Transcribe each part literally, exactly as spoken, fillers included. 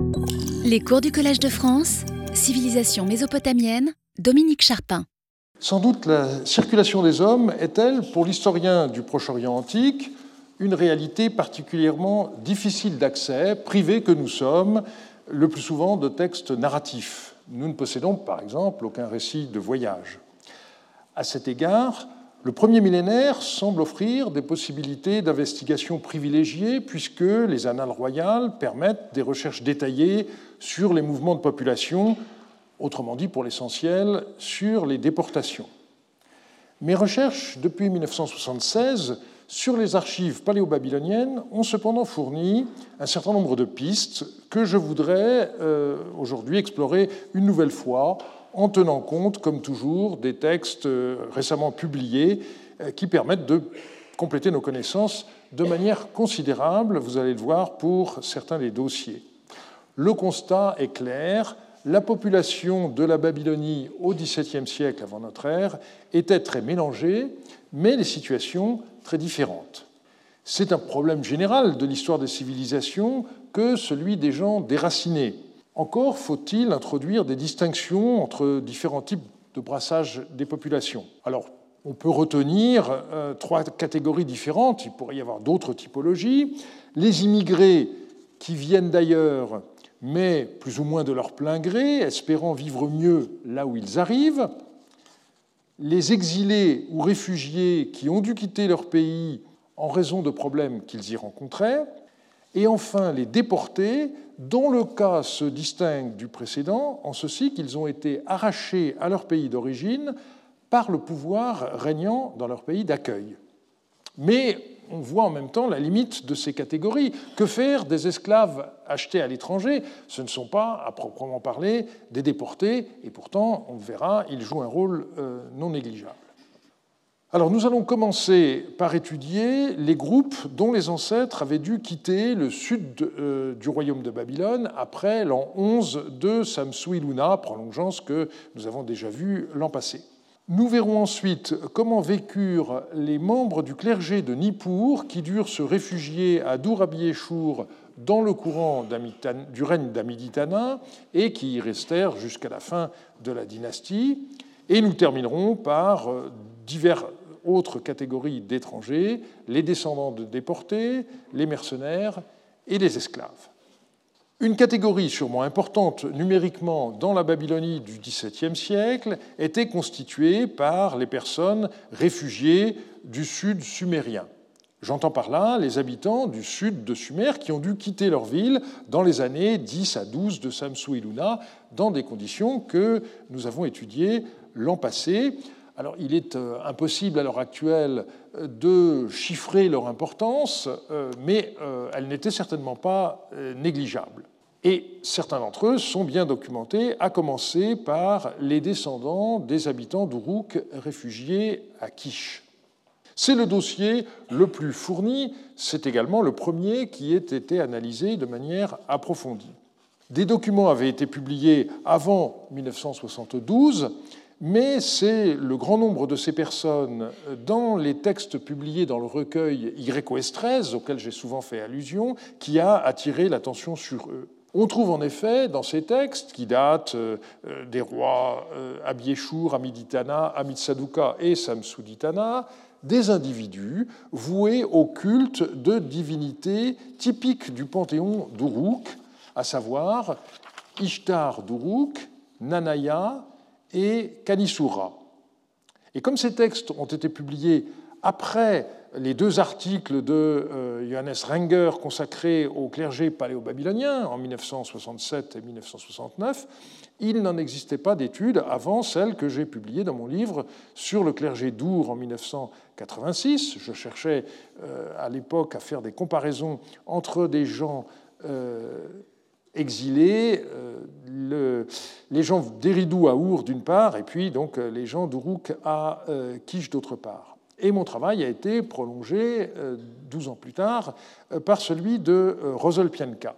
Les cours du Collège de France, civilisation mésopotamienne, Dominique Charpin. Sans doute la circulation des hommes est-elle, pour l'historien du Proche-Orient antique, une réalité particulièrement difficile d'accès, privée que nous sommes, le plus souvent de textes narratifs. Nous ne possédons, par exemple, aucun récit de voyage. À cet égard, le premier millénaire semble offrir des possibilités d'investigation privilégiées puisque les annales royales permettent des recherches détaillées sur les mouvements de population, autrement dit pour l'essentiel sur les déportations. Mes recherches depuis mille neuf cent soixante-seize sur les archives paléo-babyloniennes ont cependant fourni un certain nombre de pistes que je voudrais euh, aujourd'hui explorer une nouvelle fois en tenant compte, comme toujours, des textes récemment publiés qui permettent de compléter nos connaissances de manière considérable, vous allez le voir, pour certains des dossiers. Le constat est clair, la population de la Babylonie au dix-septième siècle avant notre ère était très mélangée, mais les situations très différentes. C'est un problème général de l'histoire des civilisations que celui des gens déracinés. Encore faut-il introduire des distinctions entre différents types de brassage des populations. Alors, on peut retenir euh, trois catégories différentes, il pourrait y avoir d'autres typologies. Les immigrés qui viennent d'ailleurs, mais plus ou moins de leur plein gré, espérant vivre mieux là où ils arrivent. Les exilés ou réfugiés qui ont dû quitter leur pays en raison de problèmes qu'ils y rencontraient. Et enfin, les déportés, dont le cas se distingue du précédent, en ceci qu'ils ont été arrachés à leur pays d'origine par le pouvoir régnant dans leur pays d'accueil. Mais on voit en même temps la limite de ces catégories. Que faire des esclaves achetés à l'étranger ? Ce ne sont pas, à proprement parler, des déportés, et pourtant, on le verra, ils jouent un rôle non négligeable. Alors, nous allons commencer par étudier les groupes dont les ancêtres avaient dû quitter le sud de, euh, du royaume de Babylone après l'an onze de Samsu-Iluna, prolongeant ce que nous avons déjà vu l'an passé. Nous verrons ensuite comment vécurent les membres du clergé de Nippur qui durent se réfugier à Dur-Abi-Eshour dans le courant du règne d'Amiditana et qui y restèrent jusqu'à la fin de la dynastie. Et nous terminerons par divers autres catégories d'étrangers, les descendants de déportés, les mercenaires et les esclaves. Une catégorie sûrement importante numériquement dans la Babylonie du dix-septième siècle était constituée par les personnes réfugiées du sud sumérien. J'entends par là les habitants du sud de Sumer qui ont dû quitter leur ville dans les années dix à douze de Samsu-Iluna dans des conditions que nous avons étudiées l'an passé. Alors, il est impossible à l'heure actuelle de chiffrer leur importance, mais elle n'était certainement pas négligeable. Et certains d'entre eux sont bien documentés, à commencer par les descendants des habitants d'Uruk réfugiés à Kish. C'est le dossier le plus fourni, c'est également le premier qui ait été analysé de manière approfondie. Des documents avaient été publiés avant mille neuf cent soixante-douze, mais c'est le grand nombre de ces personnes dans les textes publiés dans le recueil Hyreko treize, auquel j'ai souvent fait allusion, qui a attiré l'attention sur eux. On trouve en effet dans ces textes, qui datent des rois Abi-Eshour, Amiditana, Amid-Saduqa et Samsu-Ditana, des individus voués au culte de divinités typiques du panthéon d'Uruk, à savoir Ishtar d'Uruk, Nanaya et Kanisura. Et comme ces textes ont été publiés après les deux articles de euh, Johannes Renger consacrés au clergé paléo-babylonien en mille neuf cent soixante-sept et mille neuf cent soixante-neuf, il n'en existait pas d'études avant celle que j'ai publiée dans mon livre sur le clergé d'Ur en mille neuf cent quatre-vingt-six. Je cherchais euh, à l'époque à faire des comparaisons entre des gens euh, exilés, euh, le, les gens d'Eridu à Our d'une part, et puis donc les gens d'Uruk à euh, Kish d'autre part. Et mon travail a été prolongé euh, douze ans plus tard euh, par celui de euh, Rozelpienka.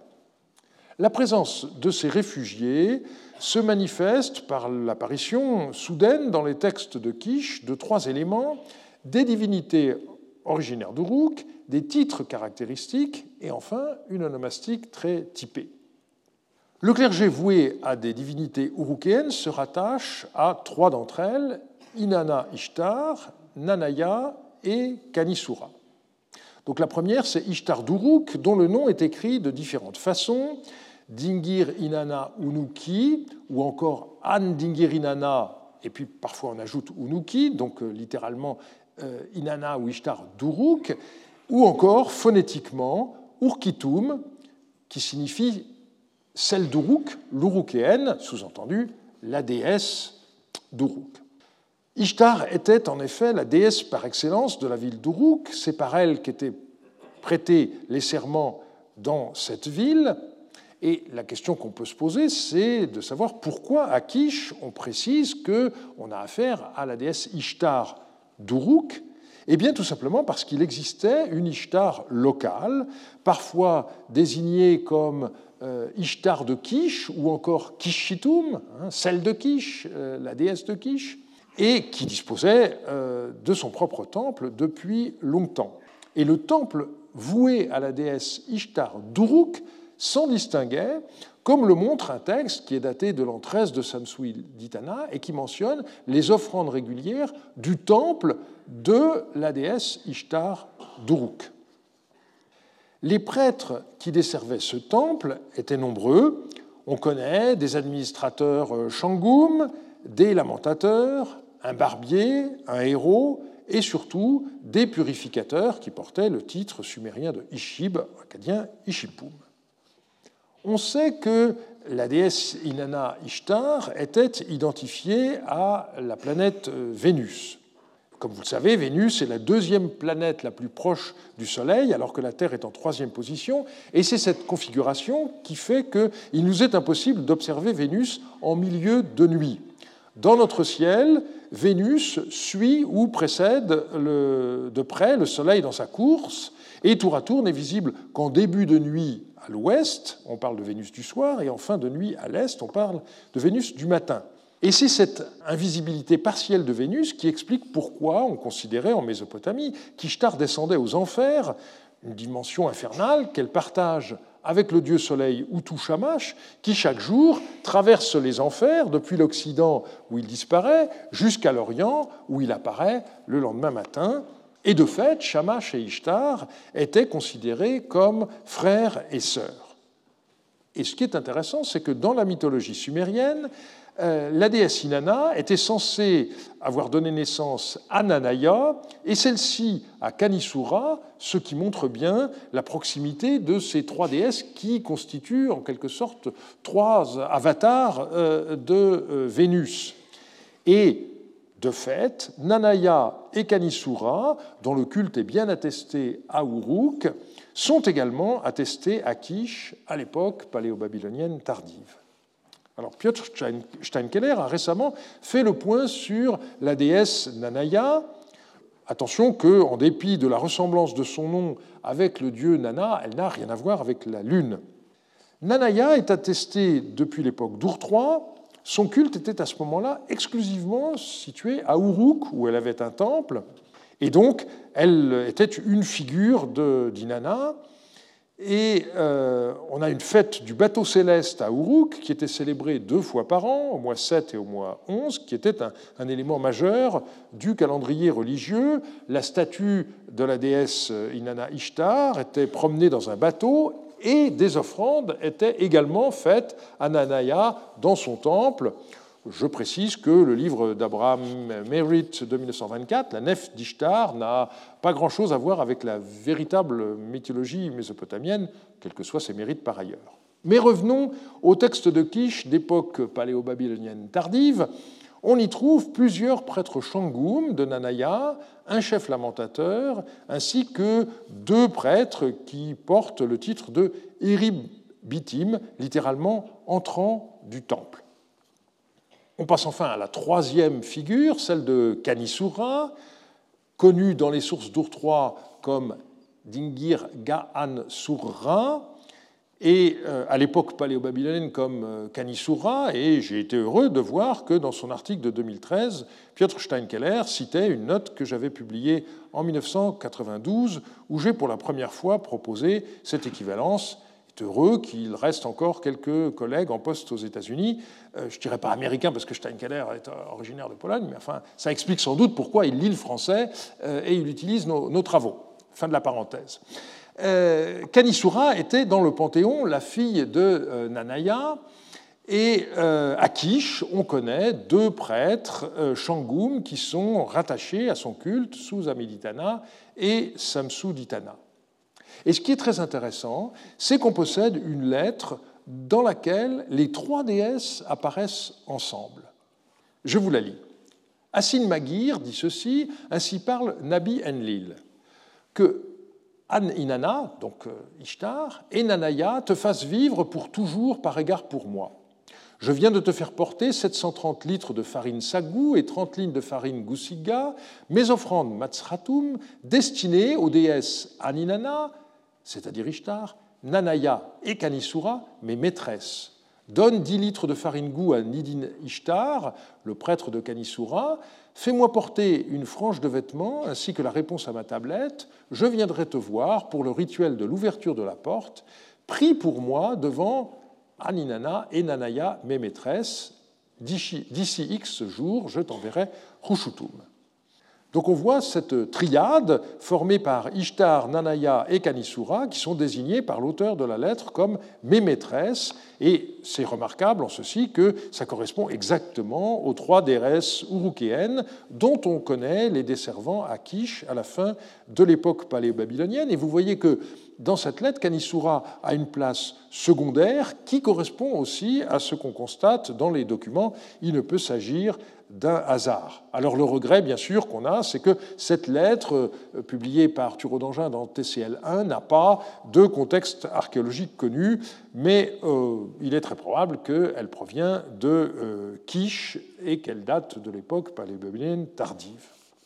La présence de ces réfugiés se manifeste par l'apparition soudaine dans les textes de Kish de trois éléments, des divinités originaires d'Uruk, des titres caractéristiques et enfin une onomastique très typée. Le clergé voué à des divinités urukéennes se rattache à trois d'entre elles, Inanna Ishtar, Nanaya et Kanisura. Donc la première, c'est Ishtar d'Uruk, dont le nom est écrit de différentes façons, Dingir Inanna Unuki, ou encore An Dingir Inanna, et puis parfois on ajoute Unuki, donc euh, littéralement euh, Inanna ou Ishtar d'Uruk, ou encore phonétiquement Urkitum, qui signifie celle d'Uruk, l'Urukéenne, sous-entendu la déesse d'Uruk. Ishtar était en effet la déesse par excellence de la ville d'Uruk. C'est par elle qu'étaient prêtés les serments dans cette ville. Et la question qu'on peut se poser, c'est de savoir pourquoi à Kish on précise qu'on a affaire à la déesse Ishtar d'Uruk. Eh bien, tout simplement parce qu'il existait une Ishtar locale, parfois désignée comme euh, Ishtar de Kish ou encore Kishitum, hein, celle de Kish, euh, la déesse de Kish, et qui disposait euh, de son propre temple depuis longtemps. Et le temple voué à la déesse Ishtar d'Uruk s'en distinguait, comme le montre un texte qui est daté de l'an treize de Samsuil-Ditana et qui mentionne les offrandes régulières du temple de la déesse Ishtar d'Uruk. Les prêtres qui desservaient ce temple étaient nombreux. On connaît des administrateurs Shangum, des lamentateurs, un barbier, un héros, et surtout des purificateurs qui portaient le titre sumérien de Ishib, acadien Ishipum. On sait que la déesse Inanna Ishtar était identifiée à la planète Vénus. Comme vous le savez, Vénus est la deuxième planète la plus proche du Soleil, alors que la Terre est en troisième position, et c'est cette configuration qui fait qu'il nous est impossible d'observer Vénus en milieu de nuit. Dans notre ciel, Vénus suit ou précède le, de près le Soleil dans sa course, et tour à tour n'est visible qu'en début de nuit à l'ouest, on parle de Vénus du soir, et en fin de nuit à l'est, on parle de Vénus du matin. Et c'est cette invisibilité partielle de Vénus qui explique pourquoi on considérait en Mésopotamie qu'Ishtar descendait aux enfers, une dimension infernale qu'elle partage avec le dieu soleil Utu Shamash, qui chaque jour traverse les enfers depuis l'Occident où il disparaît jusqu'à l'Orient où il apparaît le lendemain matin. Et de fait, Shamash et Ishtar étaient considérés comme frères et sœurs. Et ce qui est intéressant, c'est que dans la mythologie sumérienne, la déesse Inanna était censée avoir donné naissance à Nanaya et celle-ci à Kanisura, ce qui montre bien la proximité de ces trois déesses qui constituent en quelque sorte trois avatars de Vénus. Et de fait, Nanaya et Kanisura, dont le culte est bien attesté à Uruk, sont également attestés à Kish à l'époque paléo-babylonienne tardive. Alors, Piotr Steinkeller a récemment fait le point sur la déesse Nanaya. Attention qu'en dépit de la ressemblance de son nom avec le dieu Nana, elle n'a rien à voir avec la lune. Nanaya est attestée depuis l'époque d'Ur trois. Son culte était à ce moment-là exclusivement situé à Uruk, où elle avait un temple. Et donc, elle était une figure d'Inanna. Et euh, on a une fête du bateau céleste à Uruk qui était célébrée deux fois par an, au mois sept et au mois onze, qui était un, un élément majeur du calendrier religieux. La statue de la déesse Inanna Ishtar était promenée dans un bateau et des offrandes étaient également faites à Nanaya dans son temple. Je précise que le livre d'Abraham Merritt de mille neuf cent vingt-quatre, La nef d'Ishtar, n'a pas grand-chose à voir avec la véritable mythologie mésopotamienne, quels que soient ses mérites par ailleurs. Mais revenons au texte de Kish d'époque paléo-babylonienne tardive. On y trouve plusieurs prêtres Shangum de Nanaya, un chef lamentateur, ainsi que deux prêtres qui portent le titre de Erib Bitim, littéralement entrant du temple. On passe enfin à la troisième figure, celle de Kanisura, connue dans les sources d'Ur trois comme Dingir Ga'an Surra, et à l'époque paléo-babylonienne comme Kanisura, et j'ai été heureux de voir que dans son article de deux mille treize, Piotr Steinkeller citait une note que j'avais publiée en mille neuf cent quatre-vingt-douze, où j'ai pour la première fois proposé cette équivalence. est heureux qu'il reste encore quelques collègues en poste aux États-Unis. Je ne dirais pas américains parce que Steinkeller est originaire de Pologne, mais enfin, ça explique sans doute pourquoi il lit le français et il utilise nos, nos travaux. Fin de la parenthèse. Euh, Kanisura était dans le Panthéon la fille de euh, Nanaya, et euh, à Kish, on connaît deux prêtres, euh, Shangum, qui sont rattachés à son culte, Susamiditana et Samsuditana. Et ce qui est très intéressant, c'est qu'on possède une lettre dans laquelle les trois déesses apparaissent ensemble. Je vous la lis. Asin Magir dit ceci, ainsi parle Nabi Enlil, que An Inanna, donc Ishtar, et Nanaya te fassent vivre pour toujours par égard pour moi. Je viens de te faire porter sept cent trente litres de farine sagou et trente lignes de farine gusiga, mes offrandes matzratum, destinées aux déesses Aninana, c'est-à-dire Ishtar, Nanaya et Kanisura, mes maîtresses. Donne dix litres de farine gou à Nidin Ishtar, le prêtre de Kanisura. Fais-moi porter une frange de vêtements ainsi que la réponse à ma tablette. Je viendrai te voir pour le rituel de l'ouverture de la porte. Prie pour moi devant Aninana et Nanaya, mes maîtresses. D'ici X jours, je t'enverrai Rushutum. Donc on voit cette triade formée par Ishtar, Nanaya et Kanisura qui sont désignées par l'auteur de la lettre comme mes maîtresses. Et c'est remarquable en ceci que ça correspond exactement aux trois déesses urukéennes dont on connaît les desservants à Kish à la fin de l'époque paléo-babylonienne. Et vous voyez que dans cette lettre, Kanisura a une place secondaire qui correspond aussi à ce qu'on constate dans les documents. Il ne peut s'agir d'un hasard. Alors le regret, bien sûr, qu'on a, c'est que cette lettre, euh, publiée par Thureau d'Angin dans T C L un, n'a pas de contexte archéologique connu, mais euh, il est très probable qu'elle provient de euh, Kish et qu'elle date de l'époque paléo-babylonienne tardive.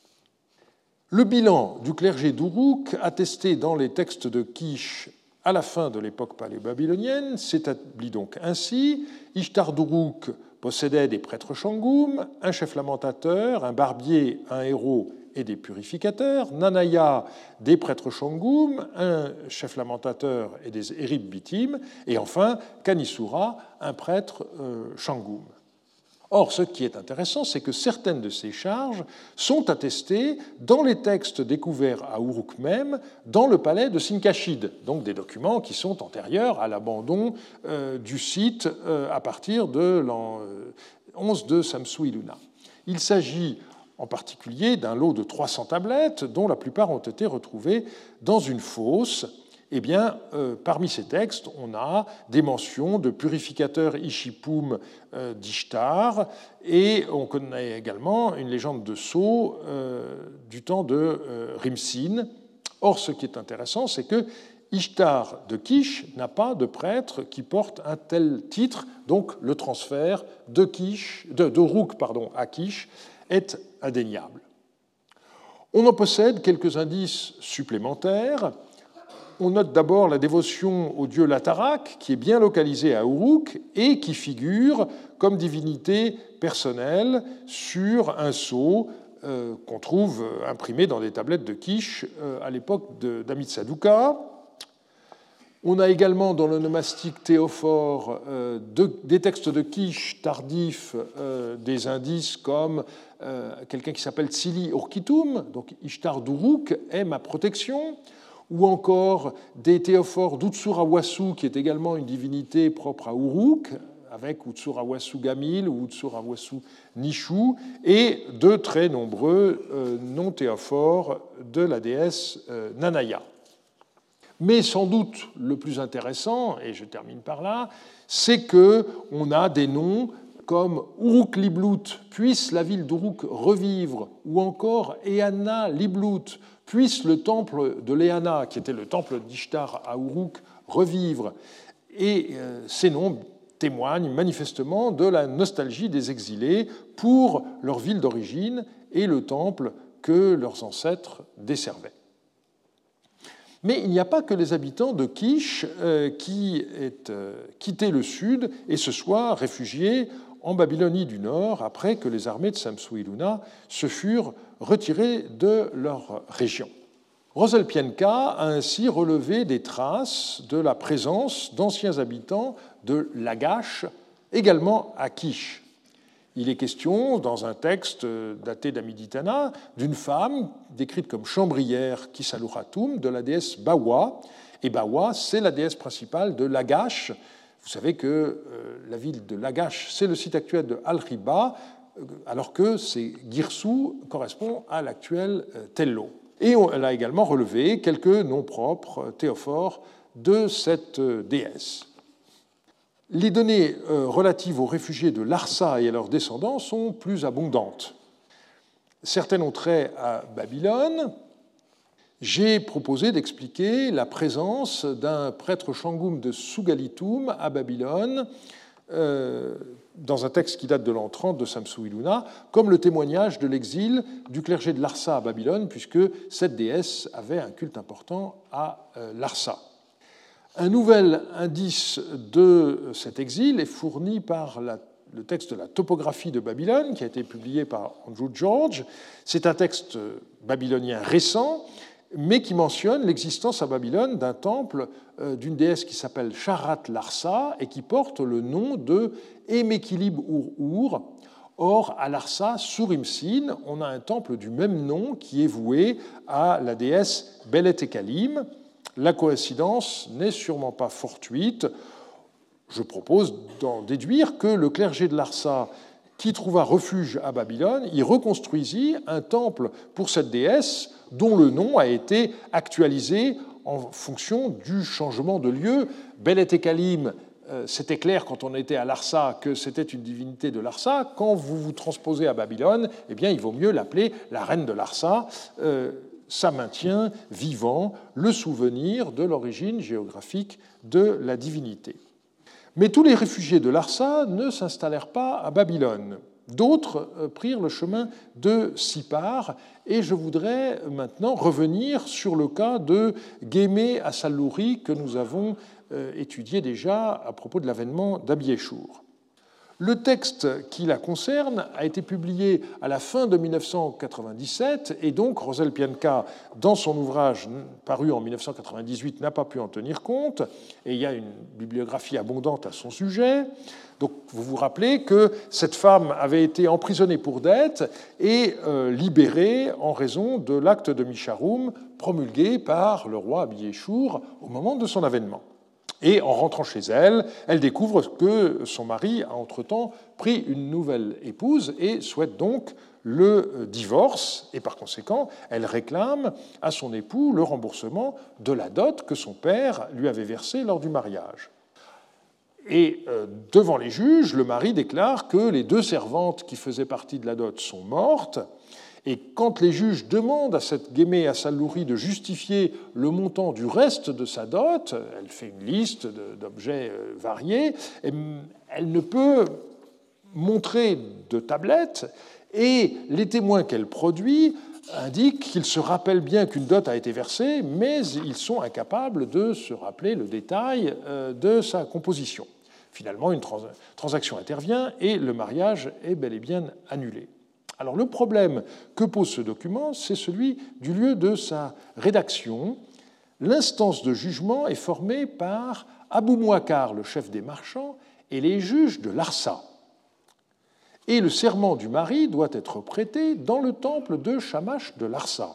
Le bilan du clergé d'Uruk, attesté dans les textes de Kish à la fin de l'époque paléo-babylonienne, s'établit donc ainsi. Ishtar d'Uruk possédait des prêtres Shangum, un chef lamentateur, un barbier, un héros et des purificateurs, Nanaya, des prêtres Shangum, un chef lamentateur et des héribes bitim, et enfin Kanisura, un prêtre euh, Shangum. Or, ce qui est intéressant, c'est que certaines de ces charges sont attestées dans les textes découverts à Uruk même, dans le palais de Sinkashid, donc des documents qui sont antérieurs à l'abandon euh, du site euh, à partir de l'an onze de Samsu-Iluna. Il s'agit en particulier d'un lot de trois cents tablettes, dont la plupart ont été retrouvées dans une fosse. Eh bien, euh, parmi ces textes, on a des mentions de purificateurs Ishipum euh, d'Ishtar, et on connaît également une légende de sceau euh, du temps de euh, Rimsin. Or, ce qui est intéressant, c'est que Ishtar de Kish n'a pas de prêtre qui porte un tel titre, donc le transfert de Kish, de, d'Uruk, pardon, à Kish est indéniable. On en possède quelques indices supplémentaires. On note d'abord la dévotion au dieu Latarak, qui est bien localisé à Uruk et qui figure comme divinité personnelle sur un sceau euh, qu'on trouve imprimé dans des tablettes de Kish euh, à l'époque de, d'Amitsaduka. On a également dans l'onomastique théophore euh, de, des textes de Kish tardifs euh, des indices comme euh, quelqu'un qui s'appelle Tsili Urkitum, donc Ishtar d'Uruk est ma protection, ou encore des théophores d'Utsurawasu, qui est également une divinité propre à Uruk, avec Utsurawasu Gamil ou Utsurawasu Nishu, et de très nombreux euh, non-théophores de la déesse euh, Nanaya. Mais sans doute le plus intéressant, et je termine par là, c'est qu'on a des noms comme Uruk Liblut, puisse la ville d'Uruk revivre, ou encore Eanna Liblut, puisse le temple de Léana, qui était le temple d'Ishtar à Uruk, revivre. Et euh, ces noms témoignent manifestement de la nostalgie des exilés pour leur ville d'origine et le temple que leurs ancêtres desservaient. Mais il n'y a pas que les habitants de Kish euh, qui aient euh, quitté le sud et se soient réfugiés en Babylonie du Nord après que les armées de Samsu-Iluna se furent retirées de leur région. Roselpienka a ainsi relevé des traces de la présence d'anciens habitants de Lagash, également à Kish. Il est question, dans un texte daté d'Amiditana, d'une femme décrite comme chambrière Kisaluhatum de la déesse Bawa. Et Bawa, c'est la déesse principale de Lagash. Vous savez que euh, la ville de Lagash, c'est le site actuel de Al-Riba, alors que c'est Girsou correspond à l'actuel euh, Tello. Et on, elle a également relevé quelques noms propres, théophores, de cette euh, déesse. Les données euh, relatives aux réfugiés de Larsa et à leurs descendants sont plus abondantes. Certaines ont trait à Babylone. J'ai proposé d'expliquer la présence d'un prêtre Shangoum de Sugalitum à Babylone, euh, dans un texte qui date de l'an trente de Samsu-Iluna, comme le témoignage de l'exil du clergé de Larsa à Babylone, puisque cette déesse avait un culte important à euh, Larsa. Un nouvel indice de cet exil est fourni par la, le texte de la topographie de Babylone, qui a été publié par Andrew George. C'est un texte babylonien récent, mais qui mentionne l'existence à Babylone d'un temple euh, d'une déesse qui s'appelle Sharat Larsa et qui porte le nom de Emekilib Ur-Ur. Or, à Larsa, Surimsin, on a un temple du même nom qui est voué à la déesse Belet Ekalim. La coïncidence n'est sûrement pas fortuite. Je propose d'en déduire que le clergé de Larsa, qui trouva refuge à Babylone, y reconstruisit un temple pour cette déesse dont le nom a été actualisé en fonction du changement de lieu. Belet Ekalim, c'était clair quand on était à Larsa que c'était une divinité de Larsa. Quand vous vous transposez à Babylone, eh bien, il vaut mieux l'appeler la reine de Larsa. Euh, ça maintient vivant le souvenir de l'origine géographique de la divinité. Mais tous les réfugiés de Larsa ne s'installèrent pas à Babylone. D'autres prirent le chemin de Sipar, et je voudrais maintenant revenir sur le cas de Gémé Assallouri que nous avons étudié déjà à propos de l'avènement d'Abiéchour. Le texte qui la concerne a été publié à la fin de mille neuf cent quatre-vingt-dix-sept, et donc Roselpienka, dans son ouvrage paru en mille neuf cent quatre-vingt-dix-huit, n'a pas pu en tenir compte, et il y a une bibliographie abondante à son sujet. Donc vous vous rappelez que cette femme avait été emprisonnée pour dette et euh, libérée en raison de l'acte de Misharum promulgué par le roi Abiéchour au moment de son avènement. Et en rentrant chez elle, elle découvre que son mari a entre-temps pris une nouvelle épouse et souhaite donc le divorce. Et par conséquent, elle réclame à son époux le remboursement de la dot que son père lui avait versée lors du mariage. Et devant les juges, le mari déclare que les deux servantes qui faisaient partie de la dot sont mortes. Et quand les juges demandent à cette Gémé Assallouri de justifier le montant du reste de sa dot, elle fait une liste d'objets variés, elle ne peut montrer de tablette, et les témoins qu'elle produit indiquent qu'ils se rappellent bien qu'une dot a été versée, mais ils sont incapables de se rappeler le détail de sa composition. Finalement, une trans- transaction intervient et le mariage est bel et bien annulé. Alors le problème que pose ce document, c'est celui du lieu de sa rédaction. L'instance de jugement est formée par Abou Mouakar, le chef des marchands, et les juges de Larsa. Et le serment du mari doit être prêté dans le temple de Shamash de Larsa.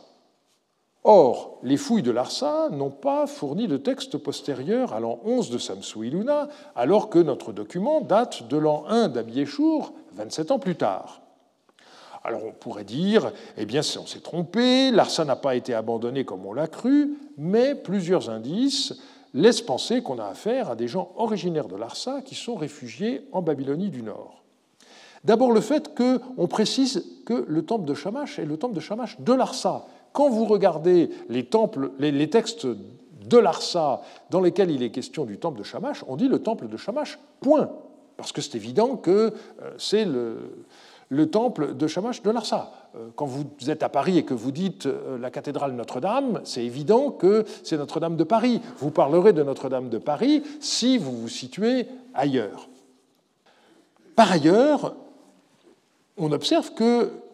Or, les fouilles de Larsa n'ont pas fourni de texte postérieur à l'an onze de Samsu-Iluna, alors que notre document date de l'an un d'Abiéchour, vingt-sept ans plus tard. Alors on pourrait dire, eh bien on s'est trompé, Larsa n'a pas été abandonné comme on l'a cru, mais plusieurs indices laissent penser qu'on a affaire à des gens originaires de Larsa qui sont réfugiés en Babylonie du Nord. D'abord le fait qu'on précise que le temple de Shamash est le temple de Shamash de Larsa. Quand vous regardez les, temples, les, les textes de Larsa dans lesquels il est question du temple de Shamash, on dit le temple de Shamash, point. Parce que c'est évident que euh, c'est le... le temple de Shamash de Larsa. Quand vous êtes à Paris et que vous dites la cathédrale Notre-Dame, c'est évident que c'est Notre-Dame de Paris. Vous parlerez de Notre-Dame de Paris si vous vous situez ailleurs. Par ailleurs, on observe que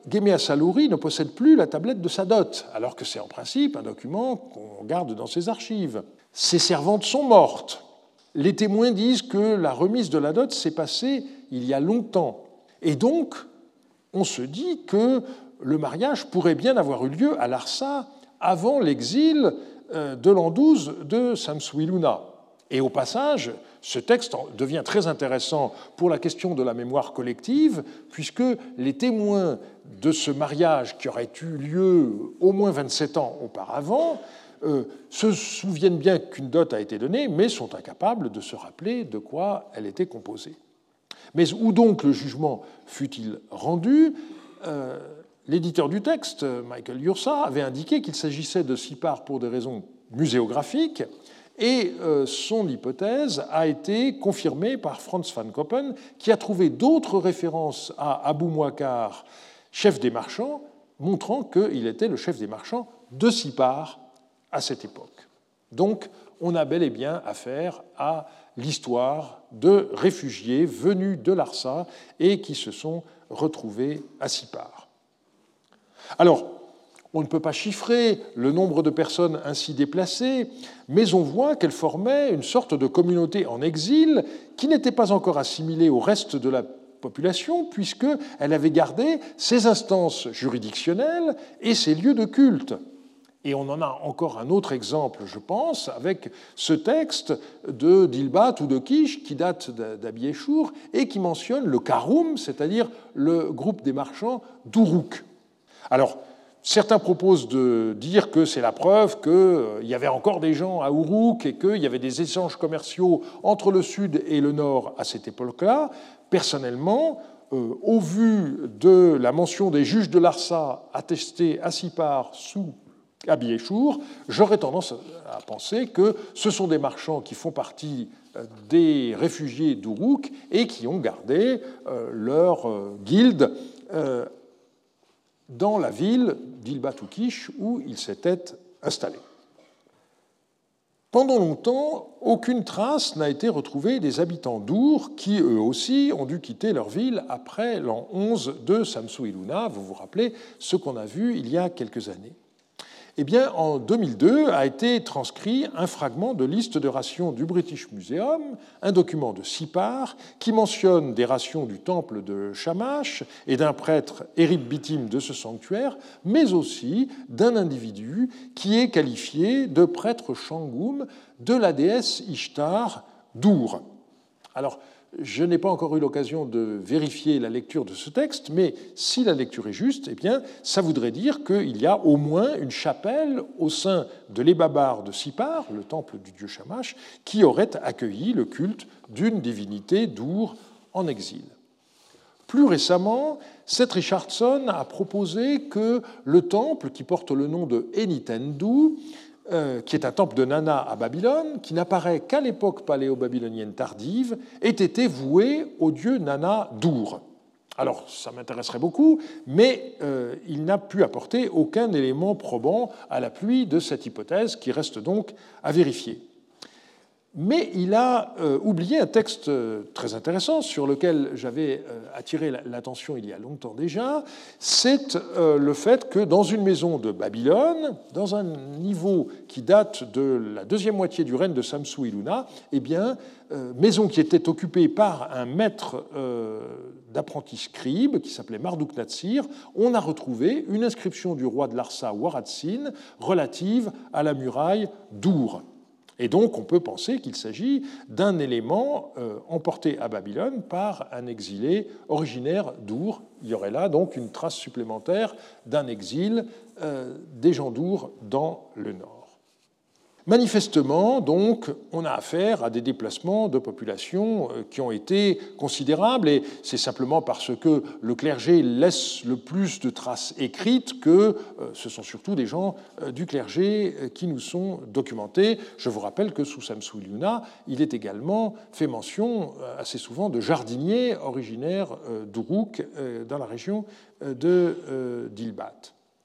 Guéméa Salouri ne possède plus la tablette de sa dot, alors que c'est en principe un document qu'on garde dans ses archives. Ses servantes sont mortes. Les témoins disent que la remise de la dot s'est passée il y a longtemps. Et donc, on se dit que le mariage pourrait bien avoir eu lieu à Larsa avant l'exil de l'an douze de Samsu-Iluna. Et au passage, ce texte devient très intéressant pour la question de la mémoire collective, puisque les témoins de ce mariage qui aurait eu lieu au moins vingt-sept ans auparavant euh, se souviennent bien qu'une dot a été donnée, mais sont incapables de se rappeler de quoi elle était composée. Mais où donc le jugement fut-il rendu ? euh, L'éditeur du texte, Michael Yursa, avait indiqué qu'il s'agissait de Sipar pour des raisons muséographiques, et euh, son hypothèse a été confirmée par Franz van Koppen, qui a trouvé d'autres références à Abou Mouakar, chef des marchands, montrant qu'il était le chef des marchands de Sipar à cette époque. Donc, on a bel et bien affaire à l'histoire de réfugiés venus de Larsa et qui se sont retrouvés à Sipar. Alors, on ne peut pas chiffrer le nombre de personnes ainsi déplacées, mais on voit qu'elles formaient une sorte de communauté en exil qui n'était pas encore assimilée au reste de la population, puisqu'elle avait gardé ses instances juridictionnelles et ses lieux de culte. Et on en a encore un autre exemple, je pense, avec ce texte de Dilbat ou de Kish, qui date d'Abiéchour, et qui mentionne le Karoum, c'est-à-dire le groupe des marchands d'Uruk. Alors, certains proposent de dire que c'est la preuve qu'il y avait encore des gens à Uruk et qu'il y avait des échanges commerciaux entre le Sud et le Nord à cette époque-là. Personnellement, euh, au vu de la mention des juges de Larsa attestés à Sipar sous Abiéchour, j'aurais tendance à penser que ce sont des marchands qui font partie des réfugiés d'Uruk et qui ont gardé euh, leur euh, guilde euh, dans la ville d'Ilbat-ou-Kish où ils s'étaient installés. Pendant longtemps, aucune trace n'a été retrouvée des habitants d'Ur qui, eux aussi, ont dû quitter leur ville après l'an onze de Samsu-Iluna. Vous vous rappelez ce qu'on a vu il y a quelques années. Eh bien, en deux mille deux a été transcrit un fragment de liste de rations du British Museum, un document de Sipar, qui mentionne des rations du temple de Shamash et d'un prêtre hérite bitim de ce sanctuaire, mais aussi d'un individu qui est qualifié de prêtre Shangoum de la déesse Ishtar d'Ur. Alors, je n'ai pas encore eu l'occasion de vérifier la lecture de ce texte, mais si la lecture est juste, eh bien, ça voudrait dire qu'il y a au moins une chapelle au sein de l'Ebabar de Sipar, le temple du dieu Shamash, qui aurait accueilli le culte d'une divinité d'Ur en exil. Plus récemment, Seth Richardson a proposé que le temple, qui porte le nom de Enitendu, Euh, qui est un temple de Nana à Babylone, qui n'apparaît qu'à l'époque paléo-babylonienne tardive, ait été voué au dieu Nana d'Ur. Alors, ça m'intéresserait beaucoup, mais euh, il n'a pu apporter aucun élément probant à l'appui de cette hypothèse, qui reste donc à vérifier. Mais il a euh, oublié un texte très intéressant sur lequel j'avais euh, attiré l'attention il y a longtemps déjà, c'est euh, le fait que dans une maison de Babylone, dans un niveau qui date de la deuxième moitié du règne de Samsu-Iluna, eh bien, euh, maison qui était occupée par un maître euh, d'apprenti scribe qui s'appelait Marduk-Natsir, on a retrouvé une inscription du roi de Larsa, Waratsin, relative à la muraille d'Ur. Et donc, on peut penser qu'il s'agit d'un élément euh, emporté à Babylone par un exilé originaire d'Ur. Il y aurait là donc une trace supplémentaire d'un exil euh, des gens d'Ur dans le nord. Manifestement, donc, on a affaire à des déplacements de population qui ont été considérables, et c'est simplement parce que le clergé laisse le plus de traces écrites que ce sont surtout des gens du clergé qui nous sont documentés. Je vous rappelle que sous Samsu-Iluna, il est également fait mention assez souvent de jardiniers originaires d'Uruk dans la région de d'Ilbat.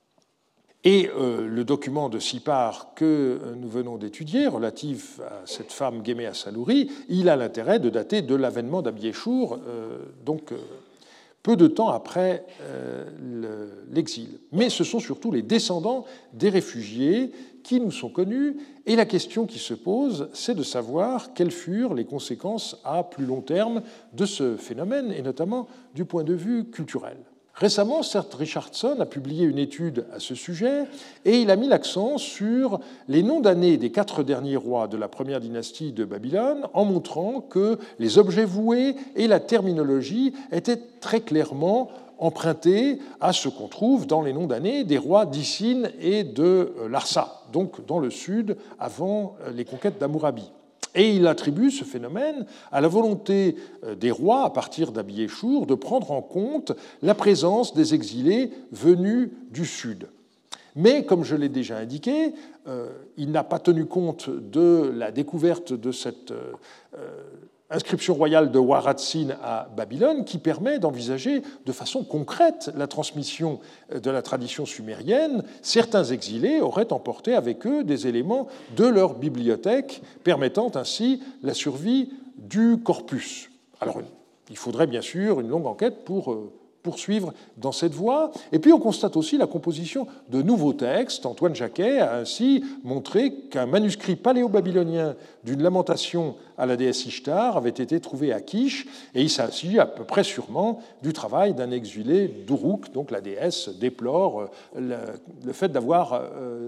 Et euh, le document de Sipar que nous venons d'étudier, relatif à cette femme Guéméa Salouri, il a l'intérêt de dater de l'avènement d'Abiéchour, euh, donc euh, peu de temps après euh, l'exil. Mais ce sont surtout les descendants des réfugiés qui nous sont connus, et la question qui se pose, c'est de savoir quelles furent les conséquences à plus long terme de ce phénomène, et notamment du point de vue culturel. Récemment, Seth Richardson a publié une étude à ce sujet, et il a mis l'accent sur les noms d'année des quatre derniers rois de la première dynastie de Babylone, en montrant que les objets voués et la terminologie étaient très clairement empruntés à ce qu'on trouve dans les noms d'année des rois d'Issine et de Larsa, donc dans le sud, avant les conquêtes d'Hammurabi. Et il attribue ce phénomène à la volonté des rois, à partir d'Abiéchour, de prendre en compte la présence des exilés venus du sud. Mais, comme je l'ai déjà indiqué, euh, il n'a pas tenu compte de la découverte de cette euh, inscription royale de Waratsin à Babylone, qui permet d'envisager de façon concrète la transmission de la tradition sumérienne. Certains exilés auraient emporté avec eux des éléments de leur bibliothèque, permettant ainsi la survie du corpus. Alors, il faudrait bien sûr une longue enquête pour poursuivre dans cette voie. Et puis on constate aussi la composition de nouveaux textes. Antoine Jacquet a ainsi montré qu'un manuscrit paléo-babylonien d'une lamentation à la déesse Ishtar avait été trouvé à Kish, et il s'agit à peu près sûrement du travail d'un exilé d'Uruk, donc la déesse déplore le, le fait d'avoir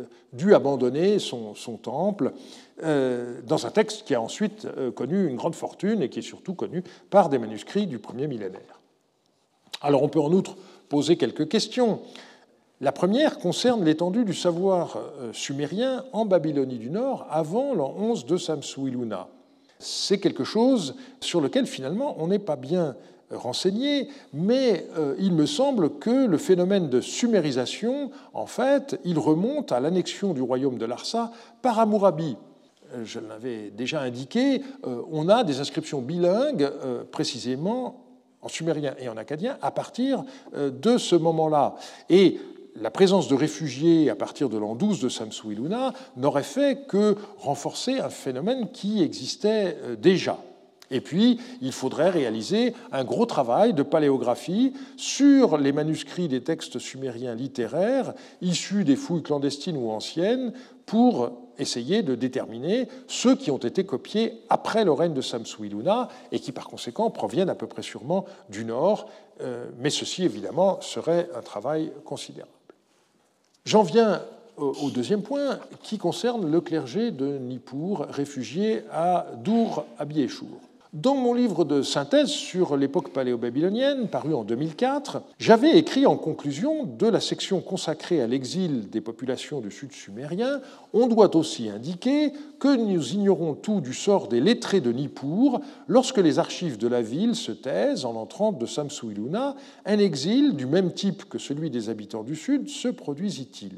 dû abandonner son, son temple, dans un texte qui a ensuite connu une grande fortune et qui est surtout connu par des manuscrits du premier millénaire. Alors on peut en outre poser quelques questions. La première concerne l'étendue du savoir sumérien en Babylonie du Nord avant l'an onze de Samsu-Iluna. C'est quelque chose sur lequel finalement on n'est pas bien renseigné, mais il me semble que le phénomène de sumérisation, en fait, il remonte à l'annexion du royaume de Larsa par Hammurabi. Je l'avais déjà indiqué, on a des inscriptions bilingues précisément en sumérien et en akkadien à partir de ce moment-là. Et la présence de réfugiés à partir de l'an douze de Samsu-Iluna n'aurait fait que renforcer un phénomène qui existait déjà. Et puis, il faudrait réaliser un gros travail de paléographie sur les manuscrits des textes sumériens littéraires issus des fouilles clandestines ou anciennes pour essayer de déterminer ceux qui ont été copiés après le règne de Samsu-Iluna et qui, par conséquent, proviennent à peu près sûrement du Nord. Mais ceci, évidemment, serait un travail considérable. J'en viens au deuxième point, qui concerne le clergé de Nippur, réfugié à Dur-Abiéchour. Dans mon livre de synthèse sur l'époque paléo-babylonienne, paru en deux mille quatre, j'avais écrit en conclusion de la section consacrée à l'exil des populations du sud sumérien, on doit aussi indiquer que nous ignorons tout du sort des lettrés de Nippur lorsque les archives de la ville se taisent en l'an trente de Samsu-Iluna, un exil du même type que celui des habitants du sud se produisit-il ?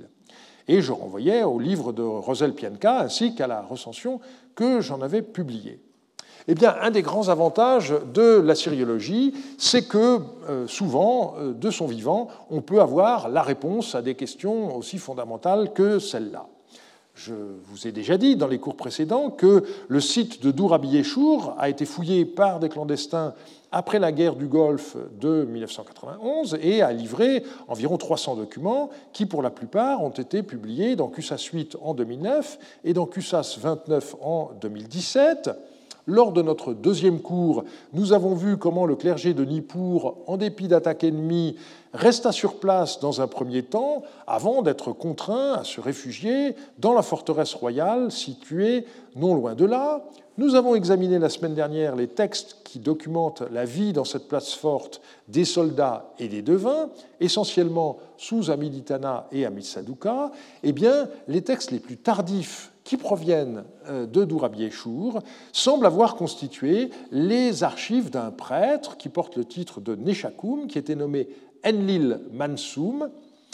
Et je renvoyais au livre de Rosel Pienka ainsi qu'à la recension que j'en avais publiée. Eh bien, un des grands avantages de la syriologie, c'est que euh, souvent, euh, de son vivant, on peut avoir la réponse à des questions aussi fondamentales que celle-là. Je vous ai déjà dit dans les cours précédents que le site de Dur-Abiéchour a été fouillé par des clandestins après la guerre du Golfe de mille neuf cent quatre-vingt-onze et a livré environ trois cents documents qui, pour la plupart, ont été publiés dans Q S A S huit en deux mille neuf et dans Q S A S vingt-neuf en deux mille dix-sept. Lors de notre deuxième cours, nous avons vu comment le clergé de Nippur, en dépit d'attaques ennemies, resta sur place dans un premier temps avant d'être contraint à se réfugier dans la forteresse royale située non loin de là. Nous avons examiné la semaine dernière les textes qui documentent la vie dans cette place forte des soldats et des devins, essentiellement sous Amiditana et Amissaduka. Eh bien, les textes les plus tardifs qui proviennent de Dur-Abiéchour semblent avoir constitué les archives d'un prêtre qui porte le titre de Neshakum, qui était nommé Enlil Mansoum,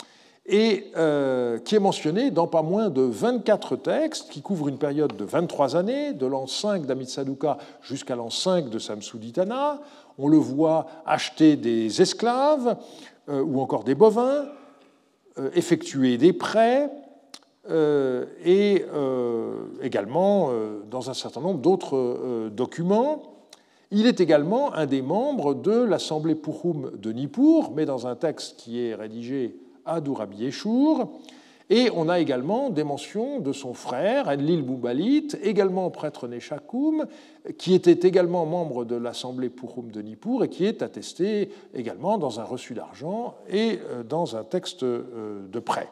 et euh, qui est mentionné dans pas moins de vingt-quatre textes qui couvrent une période de vingt-trois années, de l'an cinq d'Amitsaduka jusqu'à l'an cinq de Samsu-Ditana. On le voit acheter des esclaves euh, ou encore des bovins, euh, effectuer des prêts, euh, et euh, également euh, dans un certain nombre d'autres euh, documents. Il est également un des membres de l'Assemblée Puchum de Nippur, mais dans un texte qui est rédigé à Dur-Abi-Yeshur. Et on a également des mentions de son frère, Enlil Boubalit, également prêtre Neshakum, qui était également membre de l'Assemblée Puchum de Nippur et qui est attesté également dans un reçu d'argent et dans un texte de prêt.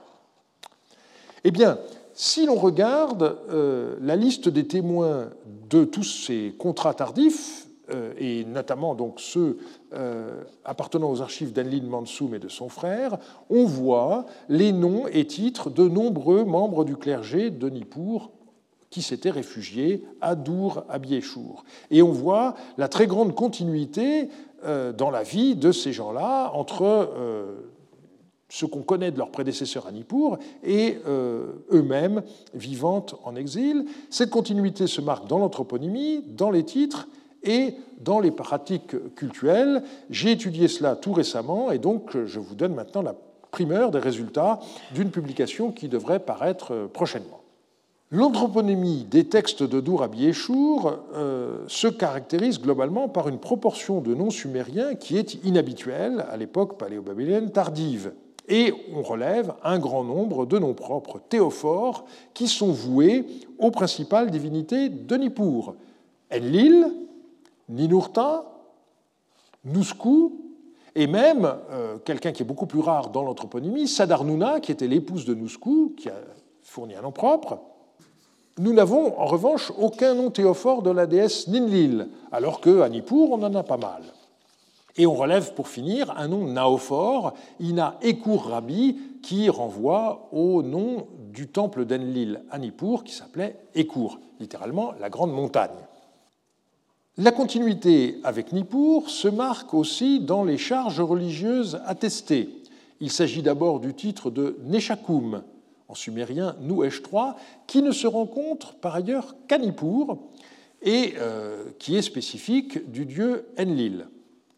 Eh bien, si l'on regarde euh, la liste des témoins de tous ces contrats tardifs, euh, et notamment donc ceux euh, appartenant aux archives d'Enlil Mansoum et de son frère, on voit les noms et titres de nombreux membres du clergé de Nippur qui s'étaient réfugiés à Dur-Abi-Yeshur. Et on voit la très grande continuité euh, dans la vie de ces gens-là entre euh, ce qu'on connaît de leurs prédécesseurs à Nippur et euh, eux-mêmes vivant en exil. Cette continuité se marque dans l'anthroponymie, dans les titres et dans les pratiques cultuelles. J'ai étudié cela tout récemment et donc je vous donne maintenant la primeur des résultats d'une publication qui devrait paraître prochainement. L'anthroponymie des textes de Dur-Abi-Yeshur euh, se caractérise globalement par une proportion de noms sumériens qui est inhabituelle à l'époque paléo-babylonienne tardive. Et on relève un grand nombre de noms propres théophores qui sont voués aux principales divinités de Nippur. Enlil, Ninurta, Nusku, et même euh, quelqu'un qui est beaucoup plus rare dans l'anthroponymie, Sadarnuna, qui était l'épouse de Nusku, qui a fourni un nom propre. Nous n'avons en revanche aucun nom théophore de la déesse Ninlil, alors qu'à Nippur, on en a pas mal. Et on relève pour finir un nom naophore, Ina Ekur Rabbi, qui renvoie au nom du temple d'Enlil à Nippur, qui s'appelait Ekur, littéralement la grande montagne. La continuité avec Nippur se marque aussi dans les charges religieuses attestées. Il s'agit d'abord du titre de Neshakum, en sumérien Nou-Esh trois, qui ne se rencontre par ailleurs qu'à Nippur et euh, qui est spécifique du dieu Enlil.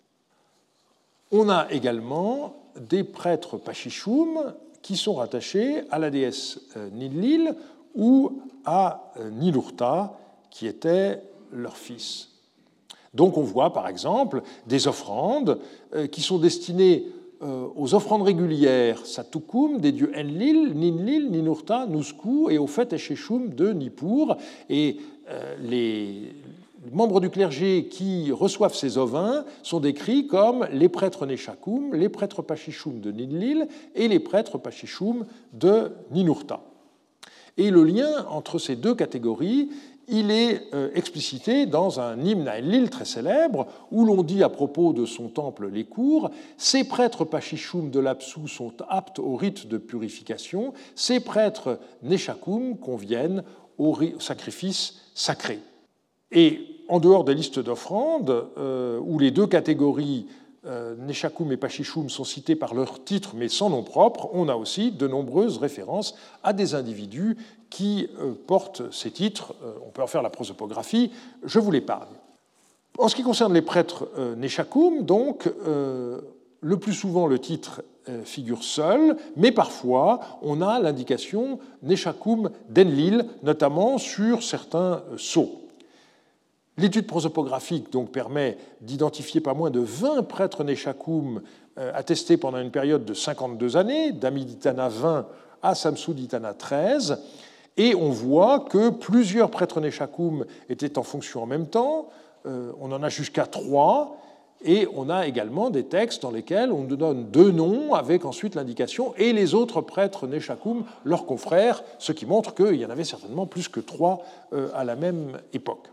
On a également des prêtres Pachishoum qui sont rattachés à la déesse Ninlil ou à Ninurta, qui était leur fils. Donc on voit par exemple des offrandes qui sont destinées aux offrandes régulières Satukum des dieux Enlil, Ninlil, Ninurta, Nusku et au Fet Esheshum de Nippur. Et les membres du clergé qui reçoivent ces ovins sont décrits comme les prêtres Neshakum, les prêtres Pachishoum de Ninlil et les prêtres Pachishoum de Ninurta. Et le lien entre ces deux catégories, il est explicité dans un hymne à Enlil très célèbre, où l'on dit à propos de son temple les cours, ces prêtres Pachishoum de l'Apsu sont aptes au rite de purification, ces prêtres Neshakum conviennent au sacrifice sacré. Et en dehors des listes d'offrandes, euh, où les deux catégories, euh, Neshakum et Pachishoum, sont citées par leur titre mais sans nom propre, on a aussi de nombreuses références à des individus qui euh, portent ces titres. Euh, on peut en faire la prosopographie, je vous l'épargne. En ce qui concerne les prêtres euh, Neshakum, donc, euh, le plus souvent le titre euh, figure seul, mais parfois on a l'indication Neshakum d'Enlil, notamment sur certains euh, sceaux. L'étude prosopographique donc, permet d'identifier pas moins de vingt prêtres Neshakum euh, attestés pendant une période de cinquante-deux années, d'Amiditana vingt à Samsuditana treize, et on voit que plusieurs prêtres Neshakum étaient en fonction en même temps, euh, on en a jusqu'à trois, et on a également des textes dans lesquels on donne deux noms avec ensuite l'indication et les autres prêtres Neshakum, leurs confrères, ce qui montre qu'il y en avait certainement plus que trois euh, à la même époque.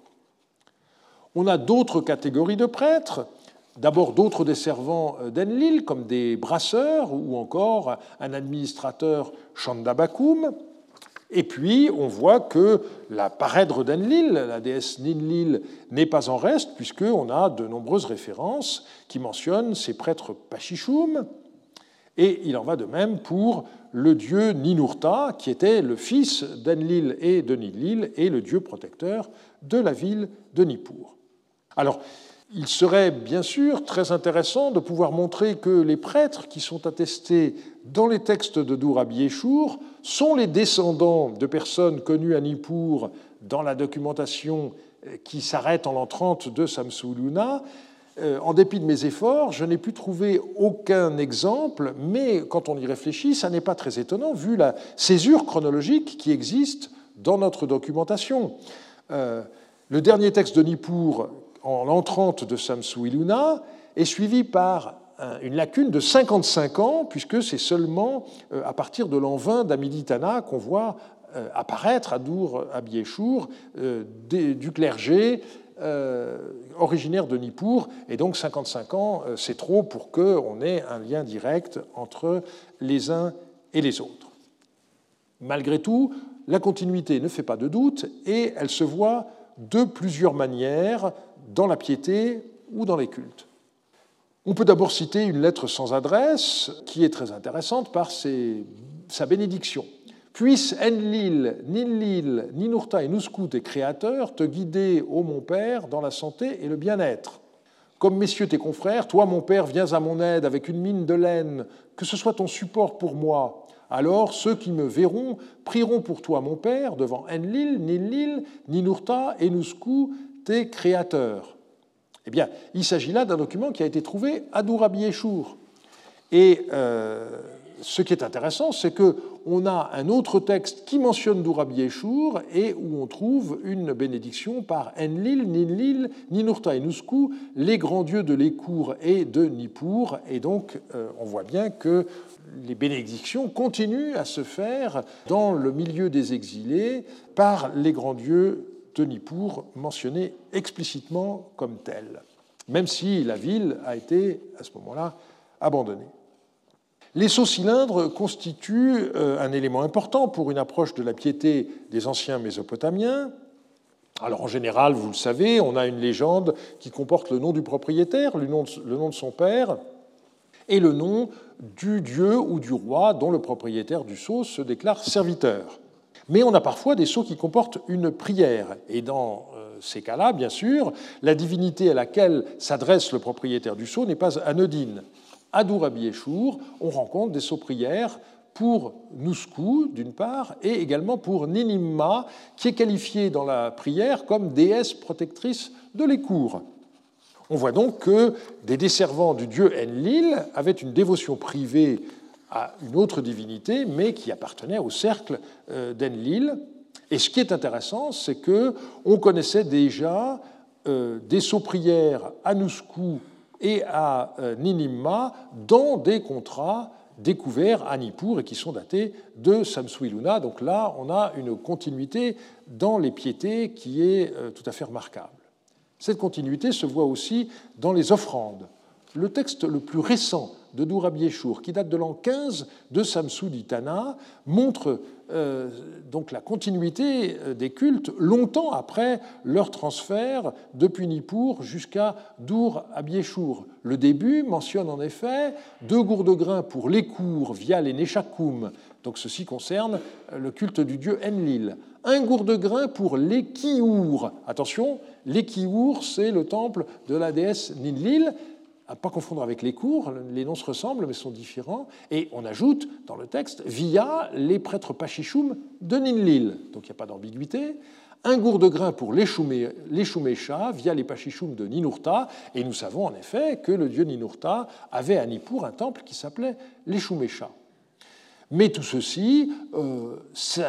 On a d'autres catégories de prêtres, d'abord d'autres des servants d'Enlil, comme des brasseurs ou encore un administrateur Chandabakum. Et puis, on voit que la parèdre d'Enlil, la déesse Ninlil, n'est pas en reste, puisqu'on a de nombreuses références qui mentionnent ces prêtres Pachishoum. Et il en va de même pour le dieu Ninurta, qui était le fils d'Enlil et de Ninlil, et le dieu protecteur de la ville de Nippur. Alors, il serait bien sûr très intéressant de pouvoir montrer que les prêtres qui sont attestés dans les textes de Dur-Abi-Yeshur sont les descendants de personnes connues à Nippur dans la documentation qui s'arrête en l'an trente de Samsu-Iluna. En dépit de mes efforts, je n'ai pu trouver aucun exemple, mais quand on y réfléchit, ça n'est pas très étonnant, vu la césure chronologique qui existe dans notre documentation. Euh, le dernier texte de Nippur, en l'an trente de Samsu-Iluna, est suivi par une lacune de cinquante-cinq ans, puisque c'est seulement à partir de l'an vingt d'Amiditana qu'on voit apparaître à Dur-Abieshur du clergé Euh, originaire de Nippur, et donc cinquante-cinq ans, euh, c'est trop pour qu'on ait un lien direct entre les uns et les autres. Malgré tout, la continuité ne fait pas de doute, et elle se voit de plusieurs manières dans la piété ou dans les cultes. On peut d'abord citer une lettre sans adresse, qui est très intéressante par ses, sa bénédiction. Puisse Enlil, Ninlil, Ninurta et Nusku, tes créateurs, te guider, ô mon père, dans la santé et le bien-être. Comme messieurs tes confrères, toi, mon père, viens à mon aide avec une mine de laine, que ce soit ton support pour moi. Alors ceux qui me verront prieront pour toi, mon père, devant Enlil, Ninlil, Ninurta et Nusku, tes créateurs. Eh bien, il s'agit là d'un document qui a été trouvé à Dur-Abieshur. Et euh, ce qui est intéressant, c'est qu'on a un autre texte qui mentionne Dur-Abieshur et où on trouve une bénédiction par Enlil, Ninlil, Ninurta et Nusku, les grands dieux de Lécour et de Nippur. Et donc, euh, on voit bien que les bénédictions continuent à se faire dans le milieu des exilés par les grands dieux de Nippur, mentionnés explicitement comme tels, même si la ville a été, à ce moment-là, abandonnée. Les sceaux cylindres constituent un élément important pour une approche de la piété des anciens Mésopotamiens. Alors en général, vous le savez, on a une légende qui comporte le nom du propriétaire, le nom de, le nom de son père, et le nom du dieu ou du roi dont le propriétaire du sceau se déclare serviteur. Mais on a parfois des sceaux qui comportent une prière, et dans ces cas-là, bien sûr, la divinité à laquelle s'adresse le propriétaire du sceau n'est pas anodine. À Dur-Abieshur, on rencontre des sceaux-prières pour Nusku, d'une part, et également pour Ninimma, qui est qualifiée dans la prière comme déesse protectrice de Lécour. On voit donc que des desservants du dieu Enlil avaient une dévotion privée à une autre divinité, mais qui appartenait au cercle d'Enlil. Et ce qui est intéressant, c'est qu'on connaissait déjà des sceaux-prières à Nusku et à Ninimma dans des contrats découverts à Nippur et qui sont datés de Samsu-Iluna. Donc là, on a une continuité dans les piétés qui est tout à fait remarquable. Cette continuité se voit aussi dans les offrandes. Le texte le plus récent de Dur-Abieshur, qui date de l'an quinze de Samsu-Ditana, montre euh, donc la continuité des cultes longtemps après leur transfert depuis Nippur jusqu'à Dur-Abieshur. Le début mentionne en effet deux gourdes de grains pour Lécour via les Neshakum, donc ceci concerne le culte du dieu Enlil. Un gourde de grains pour Lékiour. Attention, Lékiour, c'est le temple de la déesse Ninlil, à ne pas confondre avec les cours, les noms se ressemblent mais sont différents, et on ajoute dans le texte via les prêtres Pachichum de Ninlil, donc il n'y a pas d'ambiguïté, un gourde de grain pour l'Eshumesha via les Pachichum de Ninurta, et nous savons en effet que le dieu Ninurta avait à Nippur un temple qui s'appelait l'Eshumesha. Mais tout ceci, euh, ça,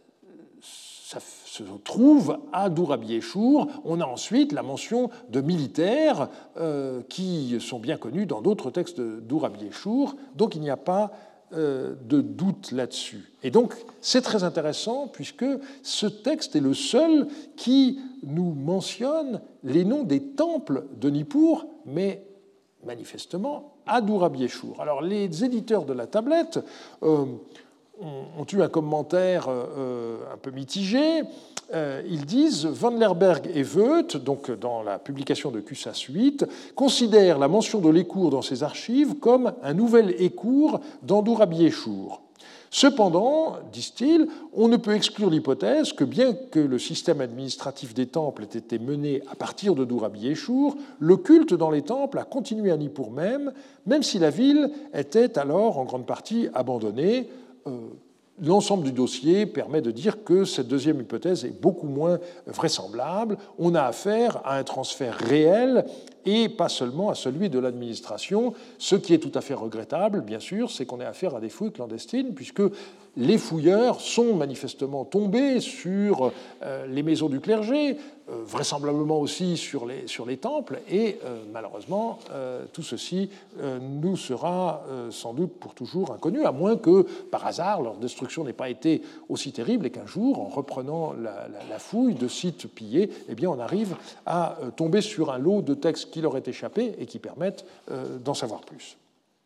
ça se trouve à Dur-Abieshur. On a ensuite la mention de militaires euh, qui sont bien connus dans d'autres textes de Dur-Abieshur, donc il n'y a pas euh, de doute là-dessus. Et donc c'est très intéressant puisque ce texte est le seul qui nous mentionne les noms des temples de Nippur, mais manifestement à Dur-Abieshur. Alors les éditeurs de la tablette euh, ont eu un commentaire euh, un peu mitigé. Euh, ils disent « Van Lerberg et Voet, donc dans la publication de Cussas huit, considèrent la mention de Lécour dans ses archives comme un nouvel Écour dans Dur-Abieshur. Cependant, disent-ils, on ne peut exclure l'hypothèse que bien que le système administratif des temples ait été mené à partir de Dur-Abieshur, le culte dans les temples a continué à Nippur même, même si la ville était alors en grande partie abandonnée. Euh, l'ensemble du dossier permet de dire que cette deuxième hypothèse est beaucoup moins vraisemblable. On a affaire à un transfert réel et pas seulement à celui de l'administration. Ce qui est tout à fait regrettable, bien sûr, c'est qu'on ait affaire à des fouilles clandestines, puisque les fouilleurs sont manifestement tombés sur euh, les maisons du clergé, euh, vraisemblablement aussi sur les, sur les temples, et euh, malheureusement, euh, tout ceci euh, nous sera euh, sans doute pour toujours inconnu, à moins que, par hasard, leur destruction n'ait pas été aussi terrible et qu'un jour, en reprenant la, la, la fouille de sites pillés, eh bien, on arrive à euh, tomber sur un lot de textes qui leur est échappé et qui permettent euh, d'en savoir plus.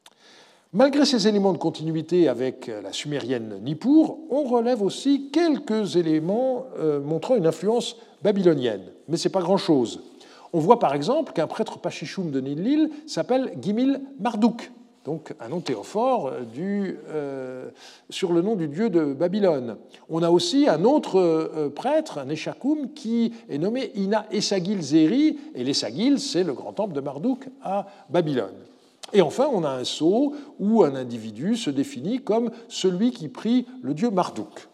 Malgré ces éléments de continuité avec la sumérienne Nippur, on relève aussi quelques éléments euh, montrant une influence babylonienne, mais ce n'est pas grand-chose. On voit par exemple qu'un prêtre Pachychoum de Nil-Lil s'appelle Gimil Marduk, donc un nom théophore du, euh, sur le nom du dieu de Babylone. On a aussi un autre euh, prêtre, un Eshakoum, qui est nommé Ina Esagil Zeri, et l'Esagil, c'est le grand temple de Marduk à Babylone. Et enfin, on a un sceau où un individu se définit comme celui qui prie le dieu Marduk.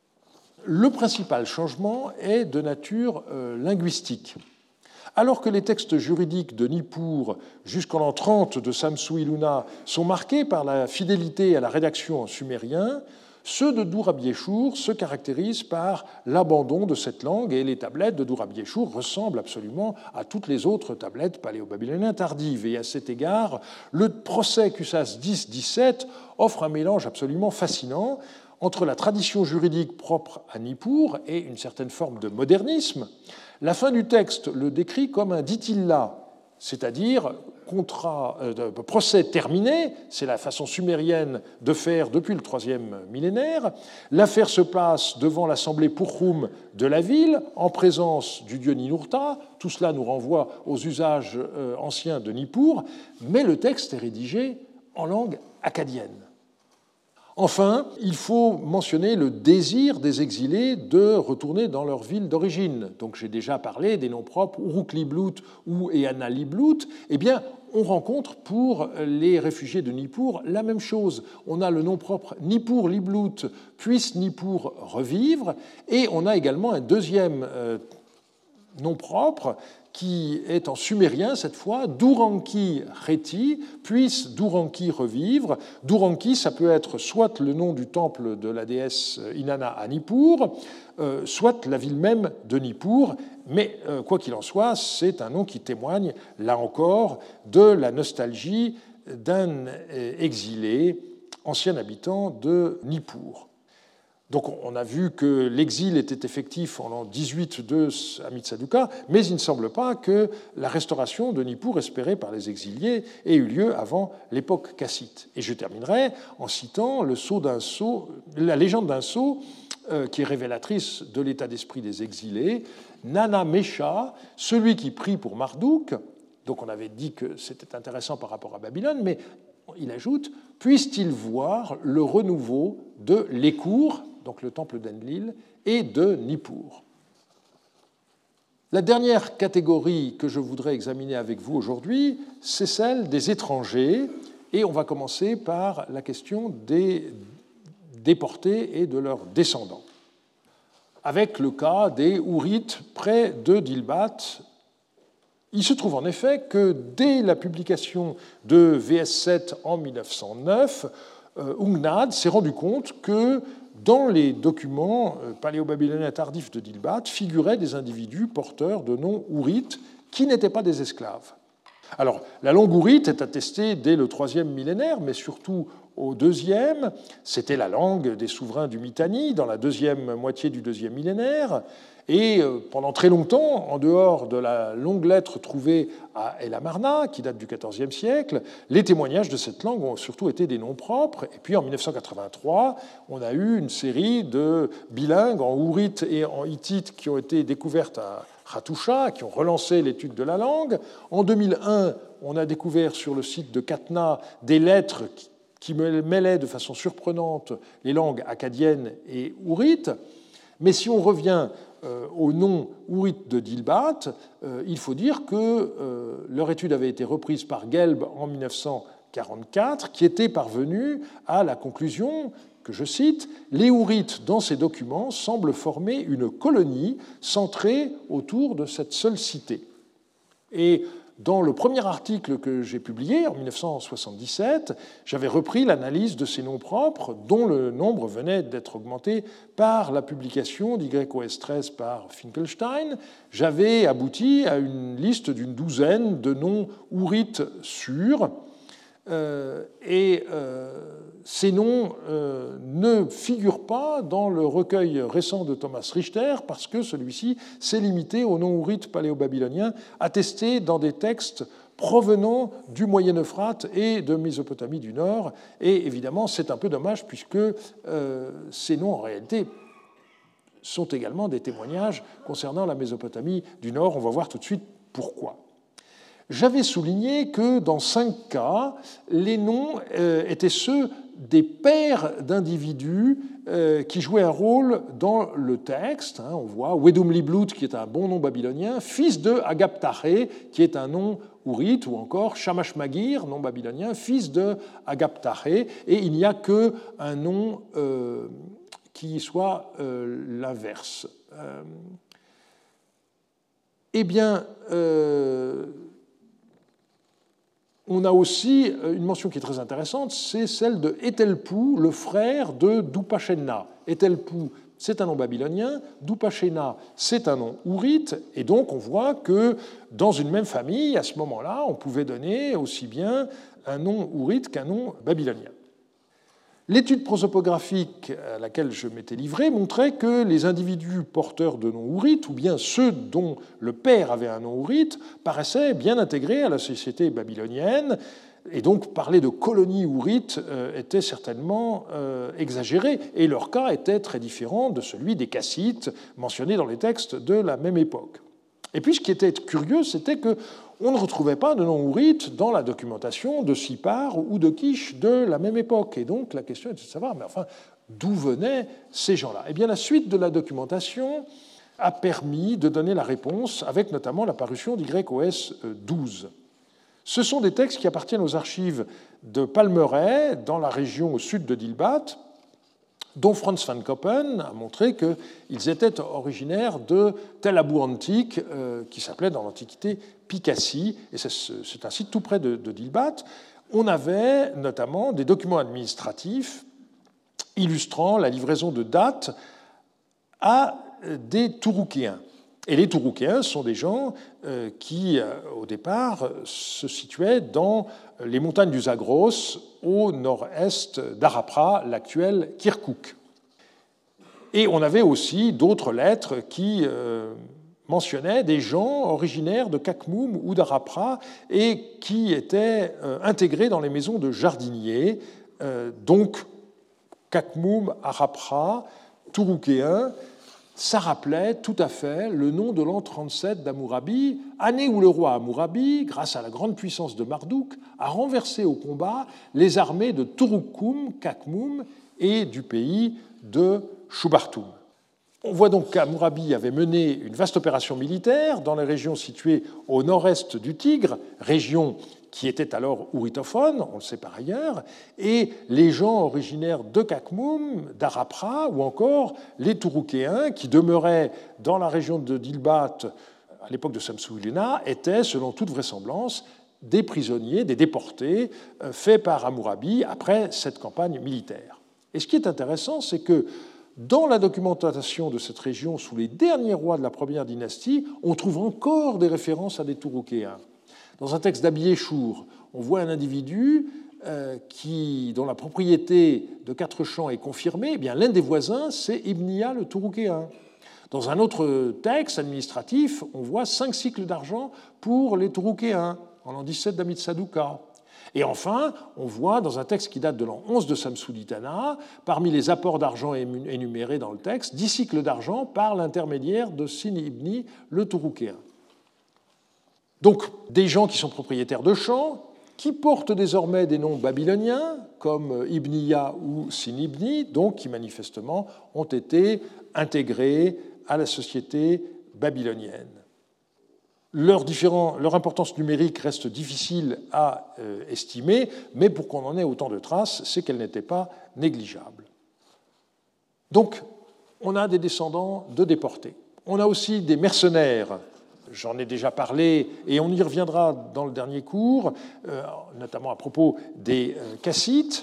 Le principal changement est de nature euh, linguistique. Alors que les textes juridiques de Nippur jusqu'en l'an trente de Samsu-Iluna sont marqués par la fidélité à la rédaction en sumérien, ceux de Durabieshur se caractérisent par l'abandon de cette langue, et les tablettes de Durabieshur ressemblent absolument à toutes les autres tablettes paléo-babyloniennes tardives. Et à cet égard, le procès Cusas dix dix-sept offre un mélange absolument fascinant entre la tradition juridique propre à Nippur et une certaine forme de modernisme. La fin du texte le décrit comme un ditilla, c'est-à-dire contrat, euh, procès terminé, c'est la façon sumérienne de faire depuis le troisième millénaire. L'affaire se place devant l'assemblée Purhum de la ville, en présence du dieu Ninurta. Tout cela nous renvoie aux usages euh, anciens de Nippur, mais le texte est rédigé en langue akkadienne. Enfin, il faut mentionner le désir des exilés de retourner dans leur ville d'origine. Donc, j'ai déjà parlé des noms propres Uruk-Liblut ou Eana-Liblut. Eh bien, on rencontre pour les réfugiés de Nippur la même chose. On a le nom propre Nippur-Liblut, puisse Nippur revivre, et on a également un deuxième euh, nom propre qui est en sumérien cette fois, Duranki Reti, puisse Duranki revivre. Duranki, ça peut être soit le nom du temple de la déesse Inanna à Nippur, euh, soit la ville même de Nippur, mais euh, quoi qu'il en soit, c'est un nom qui témoigne, là encore, de la nostalgie d'un exilé, ancien habitant de Nippur. Donc on a vu que l'exil était effectif en l'an dix-huit de Amitsaduqa, mais il ne semble pas que la restauration de Nippur espérée par les exiliés ait eu lieu avant l'époque cassite. Et je terminerai en citant le sceau d'un sceau, la légende d'un sceau euh, qui est révélatrice de l'état d'esprit des exilés. Nana Mesha, celui qui prie pour Marduk, donc on avait dit que c'était intéressant par rapport à Babylone, mais il ajoute, puisse-t-il voir le renouveau de Lécour, donc le temple d'Enlil, et de Nippur. La dernière catégorie que je voudrais examiner avec vous aujourd'hui, c'est celle des étrangers, et on va commencer par la question des déportés et de leurs descendants, avec le cas des Ourites près de Dilbat. Il se trouve en effet que dès la publication de V S sept en mille neuf cent neuf, euh, Ungnad s'est rendu compte que dans les documents paléo-babyloniens tardifs de Dilbat figuraient des individus porteurs de noms ourites qui n'étaient pas des esclaves. Alors, la langue ourite est attestée dès le troisième millénaire, mais surtout au deuxième. C'était la langue des souverains du Mitanni dans la deuxième moitié du deuxième millénaire. Et pendant très longtemps, en dehors de la longue lettre trouvée à El Amarna, qui date du quatorzième siècle, les témoignages de cette langue ont surtout été des noms propres. Et puis en mille neuf cent quatre-vingt-trois, on a eu une série de bilingues en ourite et en hittite qui ont été découvertes à Hattusha, qui ont relancé l'étude de la langue. En deux mille un, on a découvert sur le site de Katna des lettres qui mêlaient de façon surprenante les langues akkadiennes et ourites. Mais si on revient euh, au nom ourite de Dilbat, euh, il faut dire que euh, leur étude avait été reprise par Gelb en mille neuf cent quarante-quatre, qui était parvenu à la conclusion que je cite, « Les Hourites, dans ces documents, semblent former une colonie centrée autour de cette seule cité. » Et dans le premier article que j'ai publié en mille neuf cent soixante-dix-sept, j'avais repris l'analyse de ces noms propres, dont le nombre venait d'être augmenté par la publication d'Y O S treize par Finkelstein. J'avais abouti à une liste d'une douzaine de noms hourites sûrs. Euh, et euh, ces noms euh, ne figurent pas dans le recueil récent de Thomas Richter parce que celui-ci s'est limité aux noms hourites paléo-babyloniens attestés dans des textes provenant du Moyen-Euphrate et de Mésopotamie du Nord. Et évidemment, c'est un peu dommage puisque euh, ces noms, en réalité, sont également des témoignages concernant la Mésopotamie du Nord. On va voir tout de suite pourquoi. J'avais souligné que dans cinq cas, les noms étaient ceux des pères d'individus qui jouaient un rôle dans le texte. On voit Wedum Liblut, qui est un bon nom babylonien, fils de Agaptaré, qui est un nom hourite, ou encore Shamash Magir, nom babylonien, fils de Agaptaré, et il n'y a qu'un nom euh, qui soit euh, l'inverse. Euh, eh bien, euh, on a aussi une mention qui est très intéressante, c'est celle de Etelpou, le frère de Dupachenna. Etelpou, c'est un nom babylonien, Dupachenna, c'est un nom hourite, et donc on voit que dans une même famille, à ce moment-là, on pouvait donner aussi bien un nom hourite qu'un nom babylonien. L'étude prosopographique à laquelle je m'étais livré montrait que les individus porteurs de noms hourites, ou bien ceux dont le père avait un nom hourite, paraissaient bien intégrés à la société babylonienne, et donc parler de colonies hourites était certainement exagéré, et leur cas était très différent de celui des Kassites mentionnés dans les textes de la même époque. Et puis ce qui était curieux, c'était que on ne retrouvait pas de nom hourite dans la documentation de Sipar ou de Kish de la même époque. Et donc la question était de savoir, mais enfin, d'où venaient ces gens-là ? Eh bien, la suite de la documentation a permis de donner la réponse, avec notamment la parution d'Y O S douze. Ce sont des textes qui appartiennent aux archives de Palmeraie, dans la région au sud de Dilbat, dont Franz van Koppen a montré qu'ils étaient originaires de Tel Abou antique, euh, qui s'appelait dans l'Antiquité Picassie, et c'est un site tout près de, de Dilbat. On avait notamment des documents administratifs illustrant la livraison de dates à des Touroukéens. Et les Touroukéens sont des gens euh, qui, euh, au départ, se situaient dans les montagnes du Zagros, au nord-est d'Arapra, l'actuel Kirkouk. Et on avait aussi d'autres lettres qui euh, mentionnaient des gens originaires de Kakmoum ou d'Arapra et qui étaient euh, intégrés dans les maisons de jardiniers, euh, donc Kakmoum, Arapra, Touroukéens. Ça rappelait tout à fait le nom de l'an trente-sept d'Hammurabi, année où le roi Hammurabi, grâce à la grande puissance de Marduk, a renversé au combat les armées de Turukum, Kakmoum et du pays de Shubartum. On voit donc qu'Hammurabi avait mené une vaste opération militaire dans les régions situées au nord-est du Tigre, région qui était alors houritophone, on le sait par ailleurs, et les gens originaires de Kakmoum, d'Arapra, ou encore les Touroukéens, qui demeuraient dans la région de Dilbat à l'époque de Samsu-Iluna, étaient, selon toute vraisemblance, des prisonniers, des déportés, faits par Hammurabi après cette campagne militaire. Et ce qui est intéressant, c'est que dans la documentation de cette région, sous les derniers rois de la première dynastie, on trouve encore des références à des Touroukéens. Dans un texte d'Abiéchour, on voit un individu euh, qui, dont la propriété de quatre champs est confirmée. Eh bien, l'un des voisins, c'est Ibnia le Touroukéen. Dans un autre texte administratif, on voit cinq cycles d'argent pour les Touroukéens, en l'an dix-sept d'Amitsadouka. Et enfin, on voit dans un texte qui date de l'an onze de Samsu-Ditana, parmi les apports d'argent énumérés dans le texte, dix cycles d'argent par l'intermédiaire de Sin Ibni le Touroukéen. Donc, des gens qui sont propriétaires de champs, qui portent désormais des noms babyloniens, comme Ibniya ou Sinibni, donc qui manifestement ont été intégrés à la société babylonienne. Leur, différent, leur importance numérique reste difficile à euh, estimer, mais pour qu'on en ait autant de traces, c'est qu'elle n'était pas négligeable. Donc, on a des descendants de déportés. On a aussi des mercenaires. J'en ai déjà parlé, et on y reviendra dans le dernier cours, euh, notamment à propos des euh, Kassites.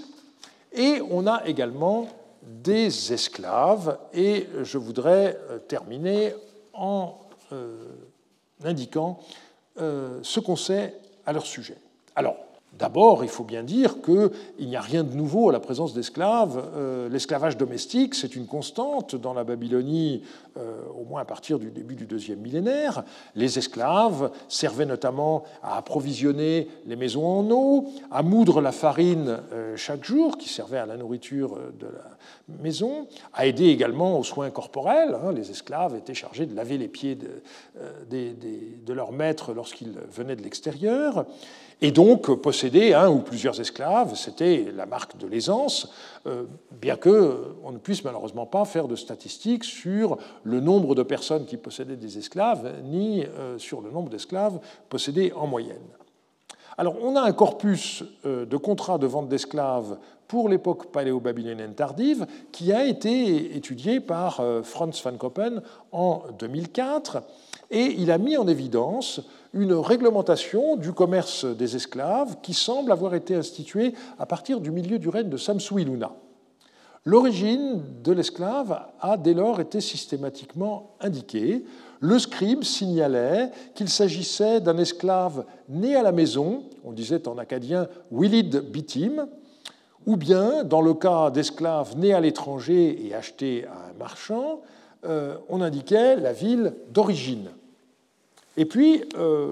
Et on a également des esclaves, et je voudrais euh, terminer en euh, indiquant euh, ce qu'on sait à leur sujet. Alors, d'abord, il faut bien dire qu'il n'y a rien de nouveau à la présence d'esclaves. Euh, l'esclavage domestique, c'est une constante dans la Babylonie, euh, au moins à partir du début du deuxième millénaire. Les esclaves servaient notamment à approvisionner les maisons en eau, à moudre la farine euh, chaque jour, qui servait à la nourriture de la maison, à aider également aux soins corporels. Hein. Les esclaves étaient chargés de laver les pieds de, euh, des, des, de leurs maîtres lorsqu'ils venaient de l'extérieur. Et donc, posséder un ou plusieurs esclaves, c'était la marque de l'aisance, euh, bien qu'on ne puisse malheureusement pas faire de statistiques sur le nombre de personnes qui possédaient des esclaves, ni euh, sur le nombre d'esclaves possédés en moyenne. Alors, on a un corpus euh, de contrats de vente d'esclaves pour l'époque paléo-babylonienne tardive qui a été étudié par euh, Franz van Koppen en deux mille quatre, et il a mis en évidence une réglementation du commerce des esclaves qui semble avoir été instituée à partir du milieu du règne de Samsu-Iluna. L'origine de l'esclave a dès lors été systématiquement indiquée. Le scribe signalait qu'il s'agissait d'un esclave né à la maison, on disait en acadien « Willid Bitim », ou bien, dans le cas d'esclaves nés à l'étranger et achetés à un marchand, euh, on indiquait la ville d'origine. Et puis, euh,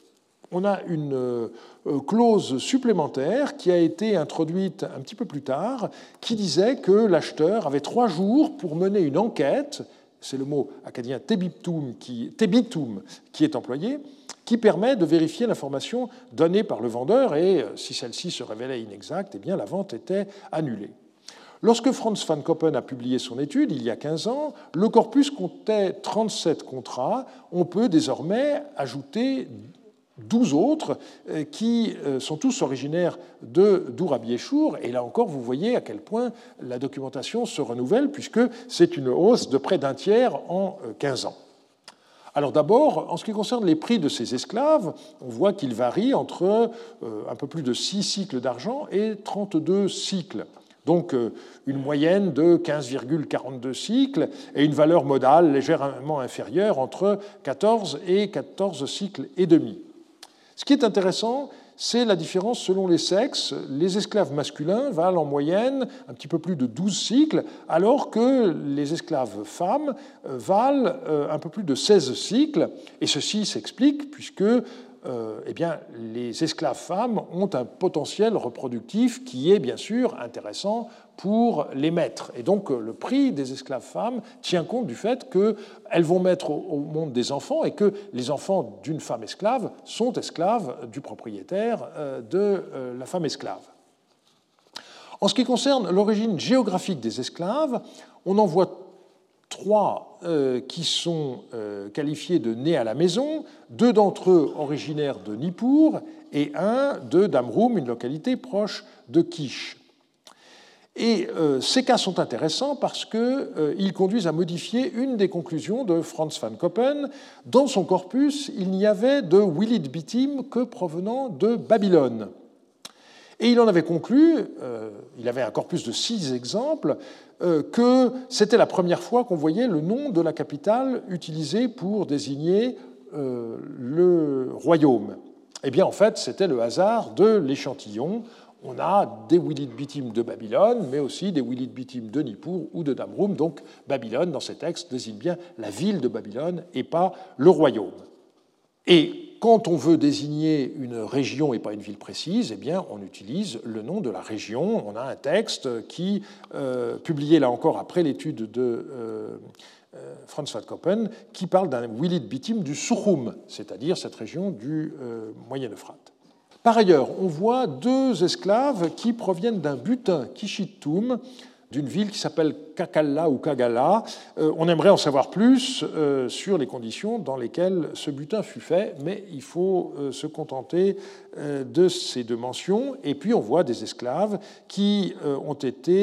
on a une euh, clause supplémentaire qui a été introduite un petit peu plus tard, qui disait que l'acheteur avait trois jours pour mener une enquête, c'est le mot acadien tebitum qui, tebitum qui est employé, qui permet de vérifier l'information donnée par le vendeur, et si celle-ci se révélait inexacte, eh bien, la vente était annulée. Lorsque Franz van Koppen a publié son étude, il y a quinze ans, le corpus comptait trente-sept contrats. On peut désormais ajouter douze autres qui sont tous originaires de d'Ourabiéchour. Et là encore, vous voyez à quel point la documentation se renouvelle, puisque c'est une hausse de près d'un tiers en quinze ans. Alors d'abord, en ce qui concerne les prix de ces esclaves, on voit qu'ils varient entre un peu plus de six cycles d'argent et trente-deux cycles. Donc une moyenne de quinze virgule quarante-deux cycles et une valeur modale légèrement inférieure entre quatorze et quatorze cycles et demi. Ce qui est intéressant, c'est la différence selon les sexes. Les esclaves masculins valent en moyenne un petit peu plus de douze cycles, alors que les esclaves femmes valent un peu plus de seize cycles. Et ceci s'explique puisque Euh, eh bien, les esclaves femmes ont un potentiel reproductif qui est bien sûr intéressant pour les maîtres. Et donc le prix des esclaves femmes tient compte du fait qu'elles vont mettre au monde des enfants et que les enfants d'une femme esclave sont esclaves du propriétaire de la femme esclave. En ce qui concerne l'origine géographique des esclaves, on en voit trois euh, qui sont euh, qualifiés de nés à la maison, deux d'entre eux originaires de Nippur et un de Damroum, une localité proche de Kish. Et euh, ces cas sont intéressants parce qu'ils euh, conduisent à modifier une des conclusions de Franz van Koppen. Dans son corpus, il n'y avait de Willid Bitim que provenant de Babylone. Et il en avait conclu, euh, il avait un corpus de six exemples, euh, que c'était la première fois qu'on voyait le nom de la capitale utilisé pour désigner euh, le royaume. Eh bien, en fait, c'était le hasard de l'échantillon. On a des Willid Bitim de Babylone, mais aussi des Willid Bitim de Nippur ou de Damroum. Donc, Babylone, dans ces textes, désigne bien la ville de Babylone et pas le royaume. Et quand on veut désigner une région et pas une ville précise, eh bien, on utilise le nom de la région. On a un texte qui, euh, publié là encore après l'étude de euh, euh, Franz van Koppen, qui parle d'un Willid Bitim du Souchoum, c'est-à-dire cette région du euh, Moyen-Euphrate. Par ailleurs, on voit deux esclaves qui proviennent d'un butin Kishittum, d'une ville qui s'appelle Kakalla ou Kagala. Euh, on aimerait en savoir plus euh, sur les conditions dans lesquelles ce butin fut fait, mais il faut euh, se contenter euh, de ces deux mentions. Et puis on voit des esclaves qui euh, ont été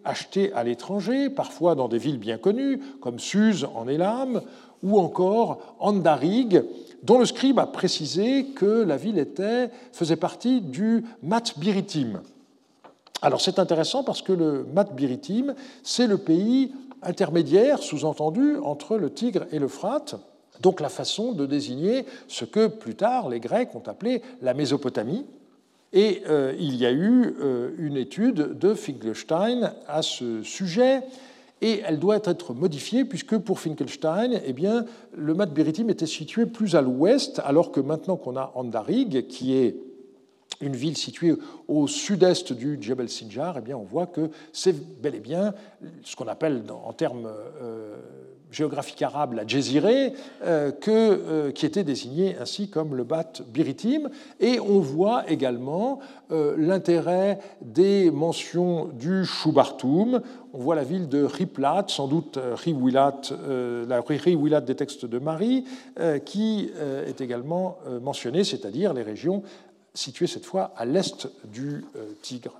achetées à l'étranger, parfois dans des villes bien connues, comme Suse en Élam, ou encore Andarig, dont le scribe a précisé que la ville était, faisait partie du Mat-Biritim. Alors c'est intéressant parce que le Mat-Biritim, c'est le pays intermédiaire, sous-entendu, entre le Tigre et l'Euphrate, donc la façon de désigner ce que plus tard les Grecs ont appelé la Mésopotamie. Et euh, il y a eu euh, une étude de Finkelstein à ce sujet, et elle doit être modifiée puisque pour Finkelstein, eh bien, le Mat-Biritim était situé plus à l'ouest, alors que maintenant qu'on a Andarig, qui est une ville située au sud-est du Djebel Sinjar, eh bien, on voit que c'est bel et bien ce qu'on appelle en termes euh, géographiques arabes la Djéziré, euh, que, euh, qui était désigné ainsi comme le Mat-Biritim. Et on voit également euh, l'intérêt des mentions du Choubartoum. On voit la ville de Riplat, sans doute Riwilat, euh, la Riwilat des textes de Marie, euh, qui euh, est également euh, mentionnée, c'est-à-dire les régions située cette fois à l'est du Tigre.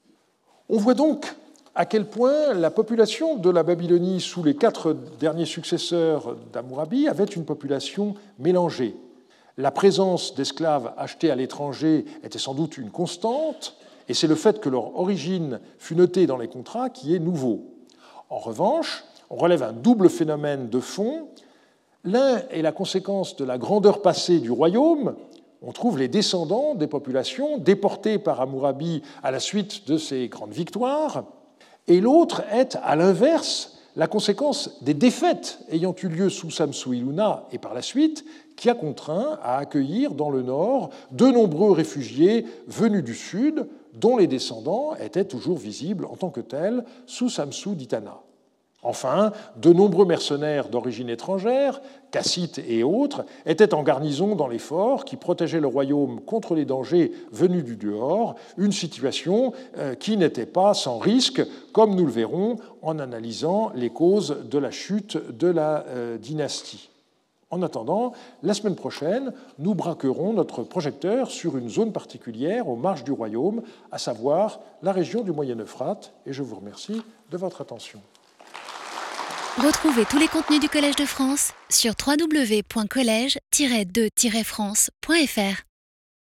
On voit donc à quel point la population de la Babylonie sous les quatre derniers successeurs d'Hammurabi avait une population mélangée. La présence d'esclaves achetés à l'étranger était sans doute une constante, et c'est le fait que leur origine fut notée dans les contrats qui est nouveau. En revanche, on relève un double phénomène de fond. L'un est la conséquence de la grandeur passée du royaume. On trouve les descendants des populations déportées par Hammurabi à la suite de ses grandes victoires, et l'autre est, à l'inverse, la conséquence des défaites ayant eu lieu sous Samsu-Iluna et par la suite, qui a contraint à accueillir dans le nord de nombreux réfugiés venus du sud, dont les descendants étaient toujours visibles en tant que tels sous Samsu-Ditana. Enfin, de nombreux mercenaires d'origine étrangère, cassites et autres, étaient en garnison dans les forts qui protégeaient le royaume contre les dangers venus du dehors, une situation qui n'était pas sans risque, comme nous le verrons en analysant les causes de la chute de la dynastie. En attendant, la semaine prochaine, nous braquerons notre projecteur sur une zone particulière aux marges du royaume, à savoir la région du Moyen-Euphrate, et je vous remercie de votre attention. Retrouvez tous les contenus du Collège de France sur w w w point collège tiret de tiret france point f r.